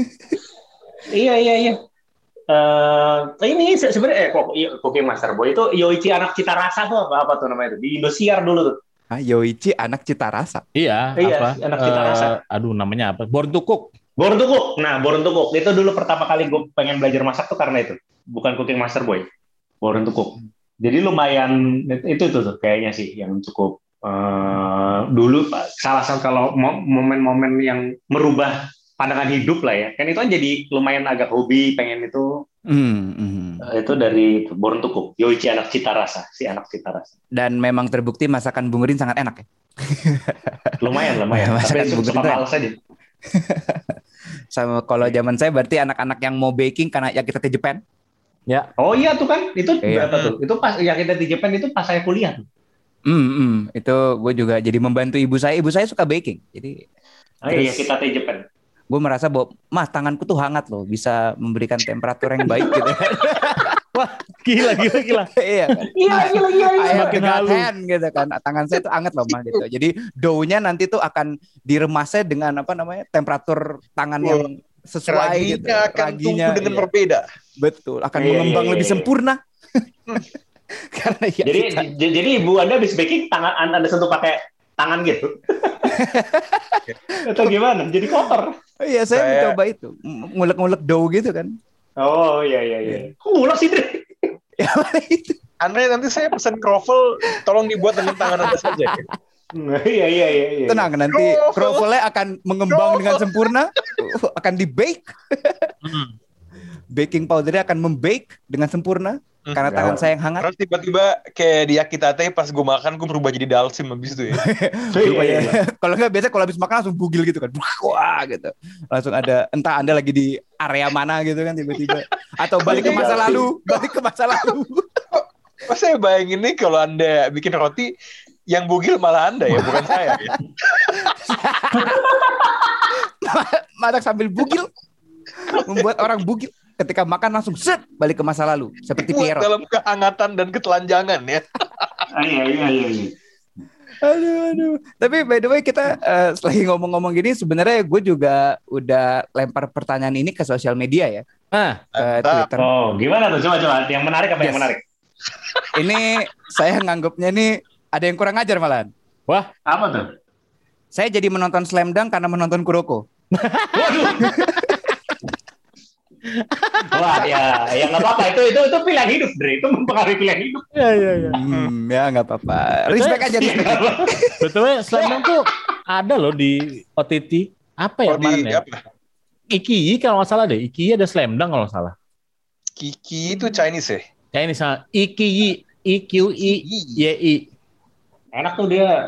Iya. Ini sebenarnya Cooking Master Boy itu Yoichi Anak Cita Rasa tuh apa tuh namanya itu di Indosiar dulu tuh. Yoichi Anak Cita Rasa. Iya. Apa? Anak Cita Rasa. Aduh namanya apa? Born to Cook. Nah Born to Cook itu dulu pertama kali gue pengen belajar masak tuh karena itu. Bukan Cooking Master Boy, Born to Cook. Jadi lumayan itu tuh kayaknya sih yang cukup dulu salah satu kalau momen-momen yang merubah pandangan hidup lah ya. Kan itu kan jadi lumayan agak hobi pengen itu. Itu dari Born to Cook, Yoichi Anak Cita Rasa, si Anak Cita Rasa. Dan memang terbukti masakan Bung Rin sangat enak ya. Lumayan. Tapi suka males aja. Sama kalau zaman saya berarti anak-anak yang mau baking karena Yakitate Japan. Ya. Oh iya tuh kan, itu berapa tuh? Itu pas Yakitate Japan itu pas saya kuliah. Itu gue juga jadi membantu ibu saya. Ibu saya suka baking. Jadi Yakitate Japan. Gue merasa bahwa tanganku tuh hangat loh, bisa memberikan temperatur yang baik gitu. Wah, gila. Iya kan? Gila. Semakin hand gitu kan. Tangan saya tuh hangat loh, Mah gitu. Jadi dough-nya nanti tuh akan diremasnya dengan temperatur tangan yang sesuai gitu. Raginya akan tumbuh dengan berbeda. Betul, akan mengembang lebih sempurna. Karena jadi ibu Anda habis baking tangan Anda sentuh pakai tangan gitu. Atau gimana? Jadi kotor. Iya, saya mencoba itu. Ngulek-ngulek dough gitu kan. Oh iya. Kok ngulek sih, Dre? Ya itu. Andre, nanti saya pesan kroffel, tolong dibuat dengan tangan Anda saja. Iya. Tenang, nanti kroffel-nya akan mengembang dengan sempurna, akan di-bake. Baking powder-nya akan membake dengan sempurna karena tangan saya yang hangat. Terus tiba-tiba kayak di Yakitate pas gue makan gue berubah jadi dalsim habis itu ya. Kalau nggak biasa kalau habis makan langsung bugil gitu kan. Wah gitu. Langsung ada entah Anda lagi di area mana gitu kan tiba-tiba atau balik ke masa lalu. Pas saya bayangin nih kalau Anda bikin roti yang bugil malah Anda ya, bukan saya ya. Masak sambil bugil. Membuat orang bugil. Ketika makan langsung balik ke masa lalu seperti Pierrot. Dalam kehangatan dan ketelanjangan ya. Iya. Aduh. Tapi by the way kita lagi ngomong-ngomong gini sebenarnya gue juga udah lempar pertanyaan ini ke sosial media ya. Ke Twitter. Oh, gimana tuh? Coba. Yang menarik apa yang menarik? Ini saya nganggapnya nih ada yang kurang ajar malahan. Wah, apa tuh? Saya jadi menonton Slam Dunk karena menonton Kuroko. Wah ya nggak apa-apa, itu pilihan hidup, Dre, itu mempengaruhi pilihan hidup. Iya. Ya nggak apa-apa. Respect aja. Betulnya Slam Dunk tuh ada loh di OTT. Apa ya kemarin ya? Ikiyi kalau nggak salah deh. Ikiyi ada Slam Dunk kalau nggak salah. Ikiyi itu Chinese ya? Chinese sama Ikiyi, IQIYI. Enak tuh dia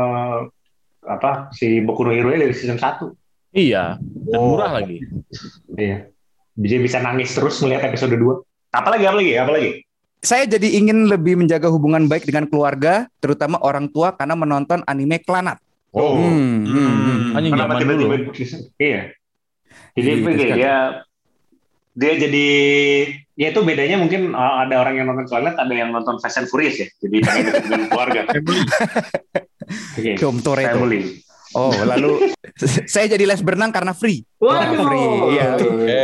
si Boku no Hero dari season 1. Iya, dan murah lagi. Iya. Bisa nangis terus melihat episode 2. Apalagi? Saya jadi ingin lebih menjaga hubungan baik dengan keluarga, terutama orang tua karena menonton anime Clannad. Anjing zaman dulu. Iya. Jadi dia jadi ya itu bedanya mungkin ada orang yang nonton Clannad, ada yang nonton Fast and Furious ya. Jadi pengen dengan keluarga. Family. Oh, lalu saya jadi les berenang karena free. Free. Iya.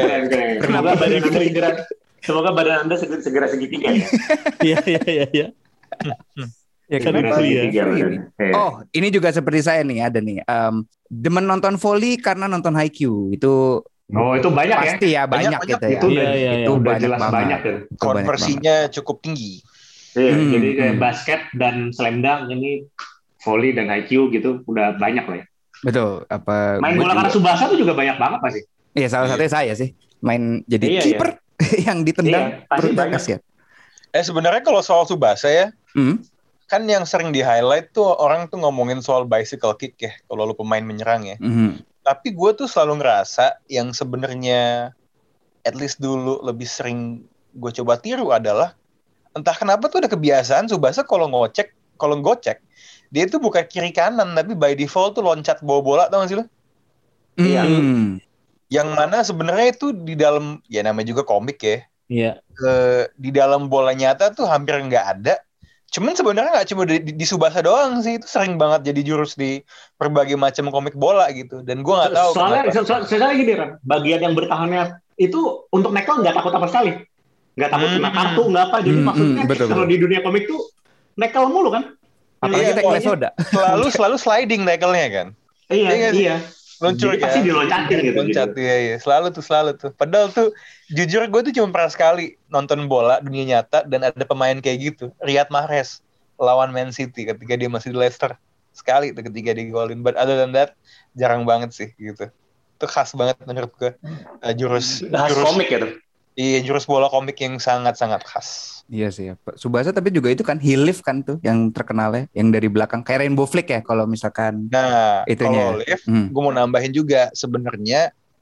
Semoga badan Anda segera segitiga ya. Iya. Ya kan free ya. Oh, ini juga seperti saya nih, ada nih. Demen nonton volley karena nonton Haikyuu. Itu itu banyak pasti ya banyak gitu ya. Itu udah jelas banyak ya. Konversinya cukup tinggi. Iya, jadi kayak basket dan Slam Dunk ini volley dan Haikyuu gitu udah banyak lah ya. Betul. Main bola karena Tsubasa tuh juga banyak banget pasti. Iya, salah satunya saya sih. Main jadi kiper yang ditendang perutnya kasihan. Sebenarnya kalau soal Tsubasa ya, kan yang sering di highlight tuh orang tuh ngomongin soal bicycle kick ya, kalau lu pemain menyerang ya. Tapi gue tuh selalu ngerasa yang sebenarnya at least dulu lebih sering gue coba tiru adalah entah kenapa tuh ada kebiasaan Tsubasa kalau gocek dia itu bukan kiri kanan tapi by default tuh loncat bawa bola, tau gak sih lo? Iya. Yang mana sebenarnya itu di dalam ya namanya juga komik ya. Iya. Di dalam bola nyata tuh hampir nggak ada. Cuman sebenarnya nggak cuma di Tsubasa doang sih, itu sering banget jadi jurus di berbagai macam komik bola gitu. Dan gue nggak tahu. Soalnya gini kan, bagian yang bertahannya itu untuk nekel nggak takut apa sekali, nggak takut kena kartu nggak apa. Jadi maksudnya kalau di dunia komik tuh nekel mulu kan. Apalagi tackle soda. Selalu sliding tackle-nya kan. Iya. Luncur kan. Pasti diloncatin gitu. Loncat iya. Selalu tuh. Padahal tuh jujur gue tuh cuma pernah sekali nonton bola dunia nyata dan ada pemain kayak gitu. Riyad Mahrez lawan Man City ketika dia masih di Leicester. Sekali tuh ketika dia golin. But other than that jarang banget sih gitu. Itu khas banget menurut gue. Jurus komik ya tuh. Iya, jurus bola komik yang sangat-sangat khas. Iya sih. Tsubasa tapi juga itu kan heel lift kan tuh yang terkenalnya, yang dari belakang kayak Rainbow Flick ya kalau misalkan Nah, itunya. Kalau lift, gue mau nambahin juga sebenarnya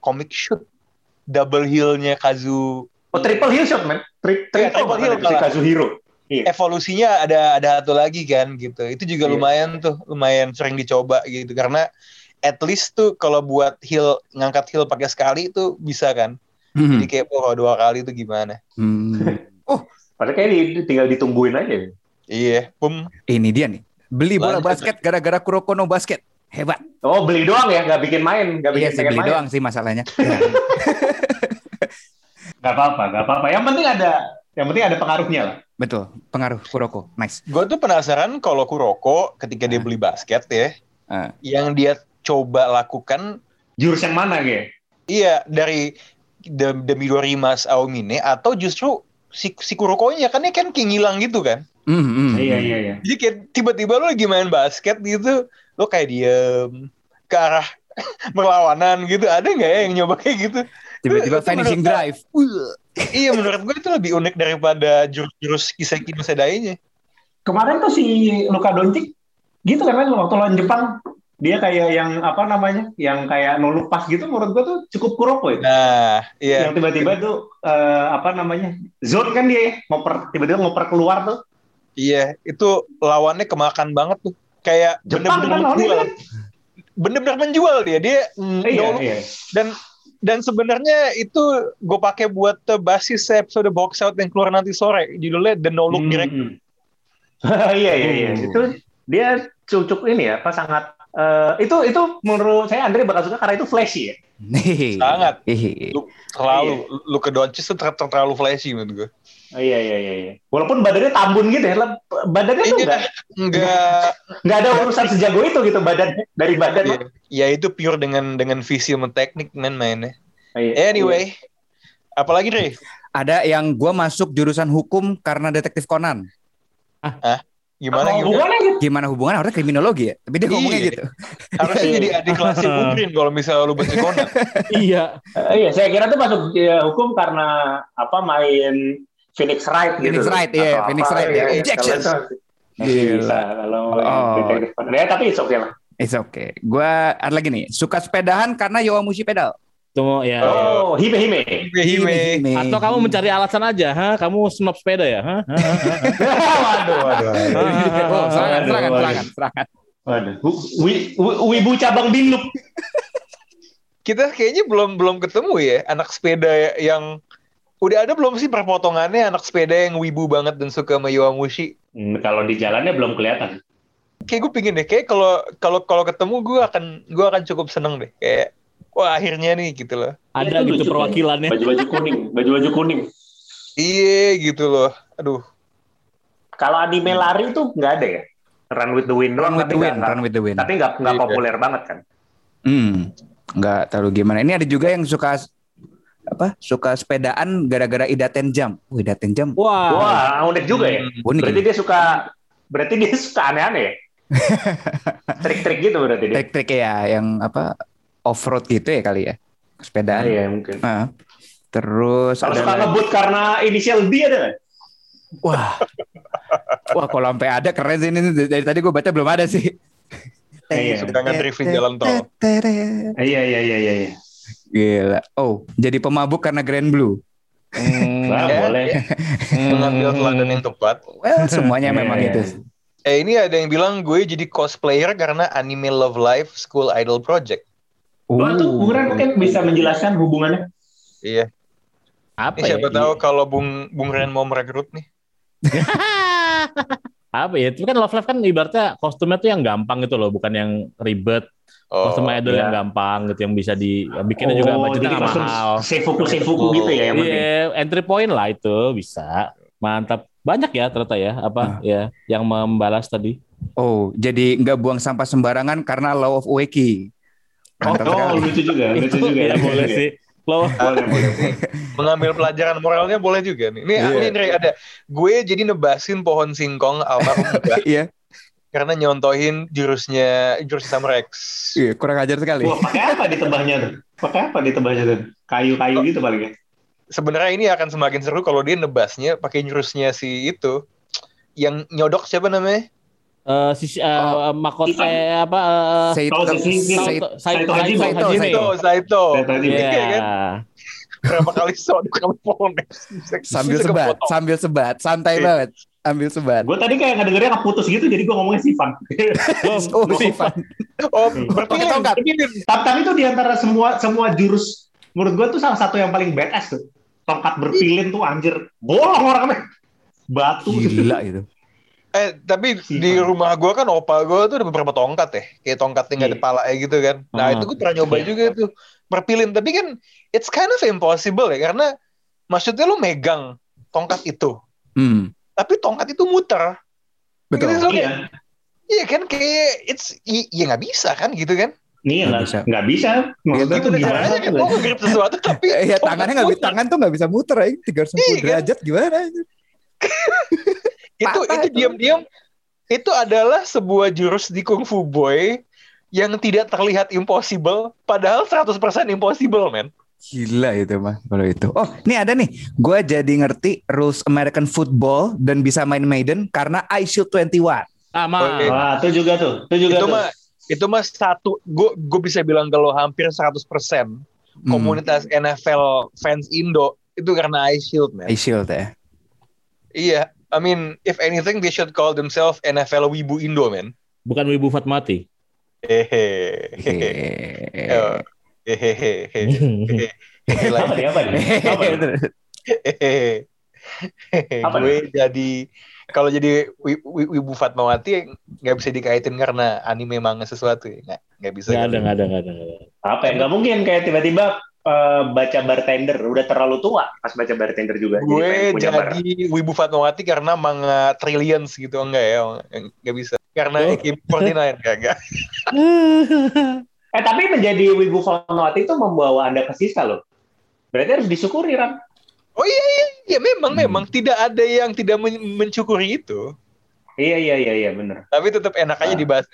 comic shoot double heel-nya Kazu. Oh, triple heel shot, man. Triple heel si Kazuhiro. Iya. Evolusinya ada satu lagi kan gitu. Itu juga lumayan sering dicoba gitu karena at least tuh kalau buat heel ngangkat heel pakai sekali itu bisa kan. Jadi kayak dua kali itu gimana? Padahal kayak tinggal ditungguin aja. Iya, Ini dia nih. Beli bola basket gara-gara Kuroko no Basket. Hebat. Oh, beli doang ya, nggak bikin main, nggak bikin beli doang sih masalahnya. Nggak apa-apa. Yang penting ada pengaruhnya lah. Betul, pengaruh Kuroko. Nice. Gue tuh penasaran kalau Kuroko ketika dia beli basket ya, yang dia coba lakukan jurus yang mana gitu? Iya, dari The Midori Mas Aomine atau justru si Kurokonya kan kayak ngilang gitu kan? Iya. Jadi kayak tiba-tiba lo lagi main basket gitu, lo kayak diem ke arah perlawanan gitu. Ada nggak ya yang nyoba kayak gitu? Tiba-tiba finishing drive. Iya, menurut gue itu lebih unik daripada jurus Kiseki no Sedai-nya. Kemarin tuh si Luka Doncic gitu kan waktu lawan Jepang, dia kayak yang kayak no look pass gitu, menurut gue tuh cukup Kuroko ya. Nah, iya. Yang tiba-tiba tuh zone kan dia tiba-tiba ngoper keluar tuh. Iya, itu lawannya kemakan banget tuh. Kayak bener-bener menjual. Bener-bener menjual dia. Iya. Dan sebenarnya itu gue pakai buat basis episode box out yang keluar nanti sore. Judulnya The No Look Direct. Iya. Itu dia cukup ini ya, sangat itu menurut saya Andre bakal suka karena itu flashy ya. Sangat. Luka Doncic itu terlalu flashy menurut gue. Iya. Walaupun badannya tambun gitu ya. Badannya tuh enggak ada urusan sejago itu gitu dari badan. Ya itu pure dengan visi sama teknik mainnya. Anyway, apalagi Dre? Ada yang gue masuk jurusan hukum karena Detektif Conan. Gimana hubungannya? Harusnya kriminologi ya, tapi dia ngomongnya gitu. Harusnya jadi adik kelas Ugrin kalau misalnya lu baca Conan. Iya, saya kira tuh masuk hukum karena main Phoenix Wright gitu. Phoenix Wright ya. Objection. Bisa kalau tapi it's okay lah. It's okay. Gue ada lagi nih, suka sepedahan karena Yowamushi pedal. Tunggu ya. Oh, hime. Atau kamu mencari alasan aja, kamu snob sepeda ya? Waduh. Serangan. Waduh. Wibu cabang Binlup. Kita kayaknya belum ketemu ya anak sepeda yang udah ada belum sih perpotongannya anak sepeda yang wibu banget dan suka sama Yowamushi? Kalau di jalannya belum kelihatan. Kayak gue pingin deh, kayak kalau ketemu gue akan cukup seneng deh, kayak wah akhirnya nih gitu loh. Ada gitu perwakilannya. Baju kuning. Iya gitu loh. Aduh. Kalau anime lari tuh nggak ada ya? Run with the Wind. Run with the Wind. Tapi nggak populer banget kan? Nggak terlalu gimana. Ini ada juga yang suka sepedaan gara-gara Idaten Jam. Idaten Jam. Wah, unik juga ya. Berarti dia suka aneh-aneh ya? Trik-trik gitu berarti dia. Trik-trik ya, yang off-road gitu ya kali ya. Sepedaan. Iya, mungkin. Terus kalau suka ngebut karena inisial D ada nggak? Wah, kalau sampai ada keren sih ini. Dari tadi gue baca belum ada sih. Suka ngedrifting jalan tol. Iya. Gila. Oh, jadi pemabuk karena Grand Blue. Boleh. Mengambil teladan yang tepat. Well, semuanya memang itu. Ini ada yang bilang gue jadi cosplayer karena anime Love Live School Idol Project. Tuh, Bung Ren mungkin bisa menjelaskan hubungannya. Iya. Siapa tahu kalau Bung Ren mau merekrut nih. Apa ya? Itu kan Love Live kan ibaratnya kostumnya tuh yang gampang gitu loh, bukan yang ribet. Kostum idol yang gampang gitu, yang bisa dibikinnya juga budgetnya nggak mahal. Seifuku gitu ya yang penting. Iya, entry point lah itu bisa. Mantap. Banyak ya ternyata ya ya yang membalas tadi. Oh, jadi nggak buang sampah sembarangan karena Law of Ueki. Lucu juga. Ya, boleh sih. Boleh. Mengambil pelajaran moralnya boleh juga nih. Ini ada gue jadi nebasin pohon singkong almarhum Iya. Karena nyontohin jurusnya Samurai X. Iya, kurang ajar sekali. Wah, pakai apa ditebahnya tuh? Kayu-kayu gitu paling ya. Sebenarnya ini akan semakin seru kalau dia nebasnya pakai jurusnya si itu. Yang nyodok siapa namanya? Makote apa Saito. Berapa kali kamu sambil sebat, santai banget. Ambil sebat. Gue tadi kayak ngedengernya keputus gitu, jadi gue ngomongnya Sivan. Sivan. Tapi itu diantara semua jurus, menurut gue tuh salah satu yang paling badass tuh. Tongkat berpilin tuh anjir, bolong orangnya. Batu. Gila itu. Tapi di rumah gue kan opa gue tuh ada beberapa tongkat ya, kayak tongkat yang nggak ada palanya gitu kan. Nah itu gue pernah nyoba juga tuh berpilin, tapi kan it's kind of impossible ya, karena maksudnya lu megang tongkat itu, tapi tongkat itu muter. Betul. Iya kan, kayak ya nggak bisa kan gitu kan? Iya nggak bisa. Maksudnya itu caranya kan mau ngegrip sesuatu tapi ya tangan tuh nggak bisa muter ya, 360 derajat gimana? itu diam-diam itu adalah sebuah jurus di Kung Fu Boy yang tidak terlihat impossible, padahal 100% impossible, man. Gila itu mah kalau itu. Oh, ini ada nih. Gue jadi ngerti rules American football dan bisa main Maiden karena iShield 21. Wah, itu juga tuh. Itu mah satu. Gue bisa bilang kalau hampir 100% komunitas NFL fans Indo itu karena iShield, man. iShield ya. Iya, I mean, if anything, they should call themselves NFL Wibu Indo, man. Bukan Wibu Fatmawati. Gue jadi kalau jadi Wibu Fatmawati nggak bisa dikaitin karena anime manga sesuatu ya, nggak bisa. Nggak ada. Apa ya, nggak mungkin kayak tiba-tiba baca bartender, udah terlalu tua pas baca bartender juga. Gue jadi Wibu Fatmawati karena manga Trillions gitu, enggak ya, nggak bisa karena AK-49 enggak. Tapi menjadi Wibu Fatmawati itu membawa Anda ke sisa loh. Berarti harus disyukuri, Ran. Oh iya, memang tidak ada yang tidak mencukuri itu. Iya benar. Tapi tetap enak aja dibahas.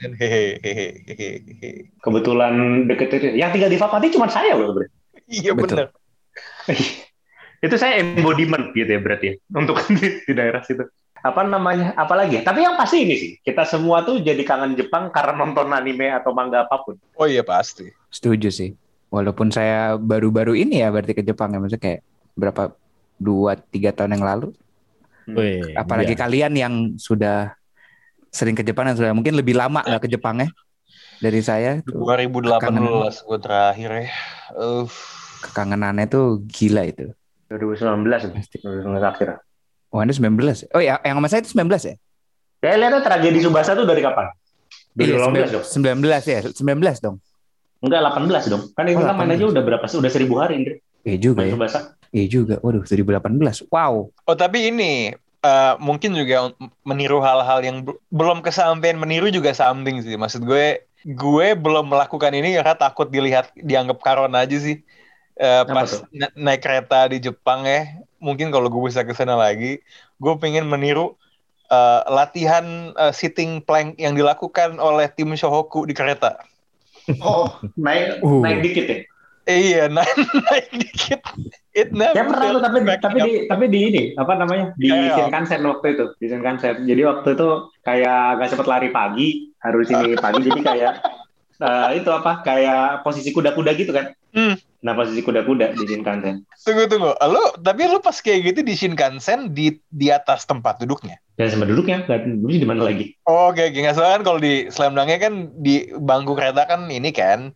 Kebetulan deket itu. Yang tinggal di Fatmawati cuma saya loh, berarti. Iya benar. Itu saya embodiment gitu ya berarti untuk di daerah situ. Apa namanya? Apalagi? Tapi yang pasti ini sih, kita semua tuh jadi kangen Jepang karena nonton anime atau manga apapun. Oh iya pasti. Setuju sih. Walaupun saya baru-baru ini ya berarti ke Jepang ya, maksudnya kayak berapa 2-3 tahun yang lalu. Apalagi kalian yang sudah sering ke Jepang dan sudah mungkin lebih lama nggak ke Jepang ya dari saya. 2018 gue terakhir ya. Kekangenannya tuh gila itu. 2019 akhir. Oh, Anda 19. Oh ya, yang sama saya itu 19 ya? Saya lihat tragedi Tsubasa tuh dari kapan? 2018 dong. 19 ya, 19 dong. Enggak, 18 dong. Kan ini kan main aja udah berapa sih? Udah 1000 hari, Indri. Iya juga ya. Tsubasa. Iya juga. Waduh, 2018. Wow. Oh, tapi ini mungkin juga meniru hal-hal yang belum kesampaian, meniru juga something sih. Maksud gue belum melakukan ini karena takut dianggap karon aja sih. Pas naik kereta di Jepang ya. Mungkin kalau gue bisa kesana lagi, gue pengen meniru latihan sitting plank yang dilakukan oleh tim Shohoku di kereta. Oh, naik dikit ya? Iya, naik dikit. Ya pernah tuh, tapi di ini apa namanya, di Shinkansen waktu itu, di Shinkansen. Jadi waktu itu kayak gak sempet lari pagi, harus ini pagi, jadi kayak itu apa, kayak posisi kuda-kuda gitu kan. Nah, posisi kuda-kuda di Shinkansen. Tunggu. Tapi lu pas kayak gitu di Shinkansen di atas tempat duduknya? Ya sama duduknya, duduknya di mana lagi? Oh, oke. Nggak salah kan kalau di Slam Dunk-nya kan di bangku kereta kan ini kan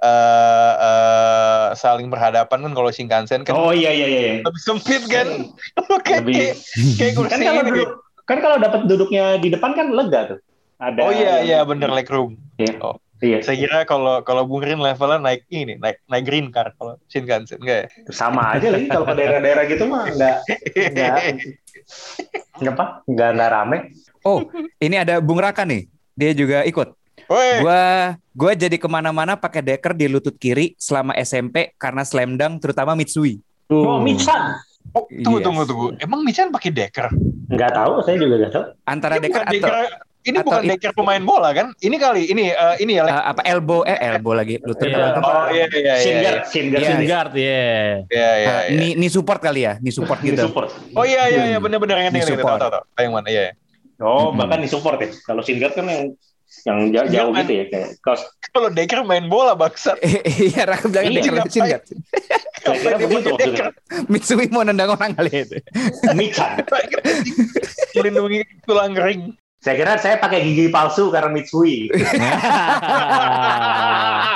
saling berhadapan kan, kalau Shinkansen kan. Oh iya. Lebih sempit kan? Kayak kursi kan kalau dapat duduknya di depan kan lega tuh. Ada. Oh iya bener, legroom. Iya. Oh. Iya. Saya kira kalau Bung Rin levelnya naik green car kalau Shinkansen, enggak ya? Sama aja lagi kalau ke daerah-daerah gitu mah enggak rame. Oh, ini ada Bung Raka nih. Dia juga ikut. Gua jadi kemana-mana pakai deker di lutut kiri selama SMP karena Slam Dunk, terutama Mitsui. Oh, Michan. Oh, tunggu. Emang Michan pakai deker? Enggak tahu, saya juga enggak tahu. Antara deker atau ini bukan deker pemain bola kan? Ini kali ini ya. Apa elbow lagi lutut. Oh iya. Shin guard. Iya. Ini support kali ya, ini support gitu. Oh iya benar-benar yang ini. Tahu. Yang mana? Iya. Bahkan disupport ya. Kalau Syndergaard kan yang jauh gitu ya kayak kalau Dekker main bola bangsat. Iya, Raka bilang Dekker Syndergaard. Saya kira begitu maksudnya. Mitsui mau nendang orang kali itu. Michan. Melindungi tulang ring. Saya kira saya pakai gigi palsu karena Mitsui.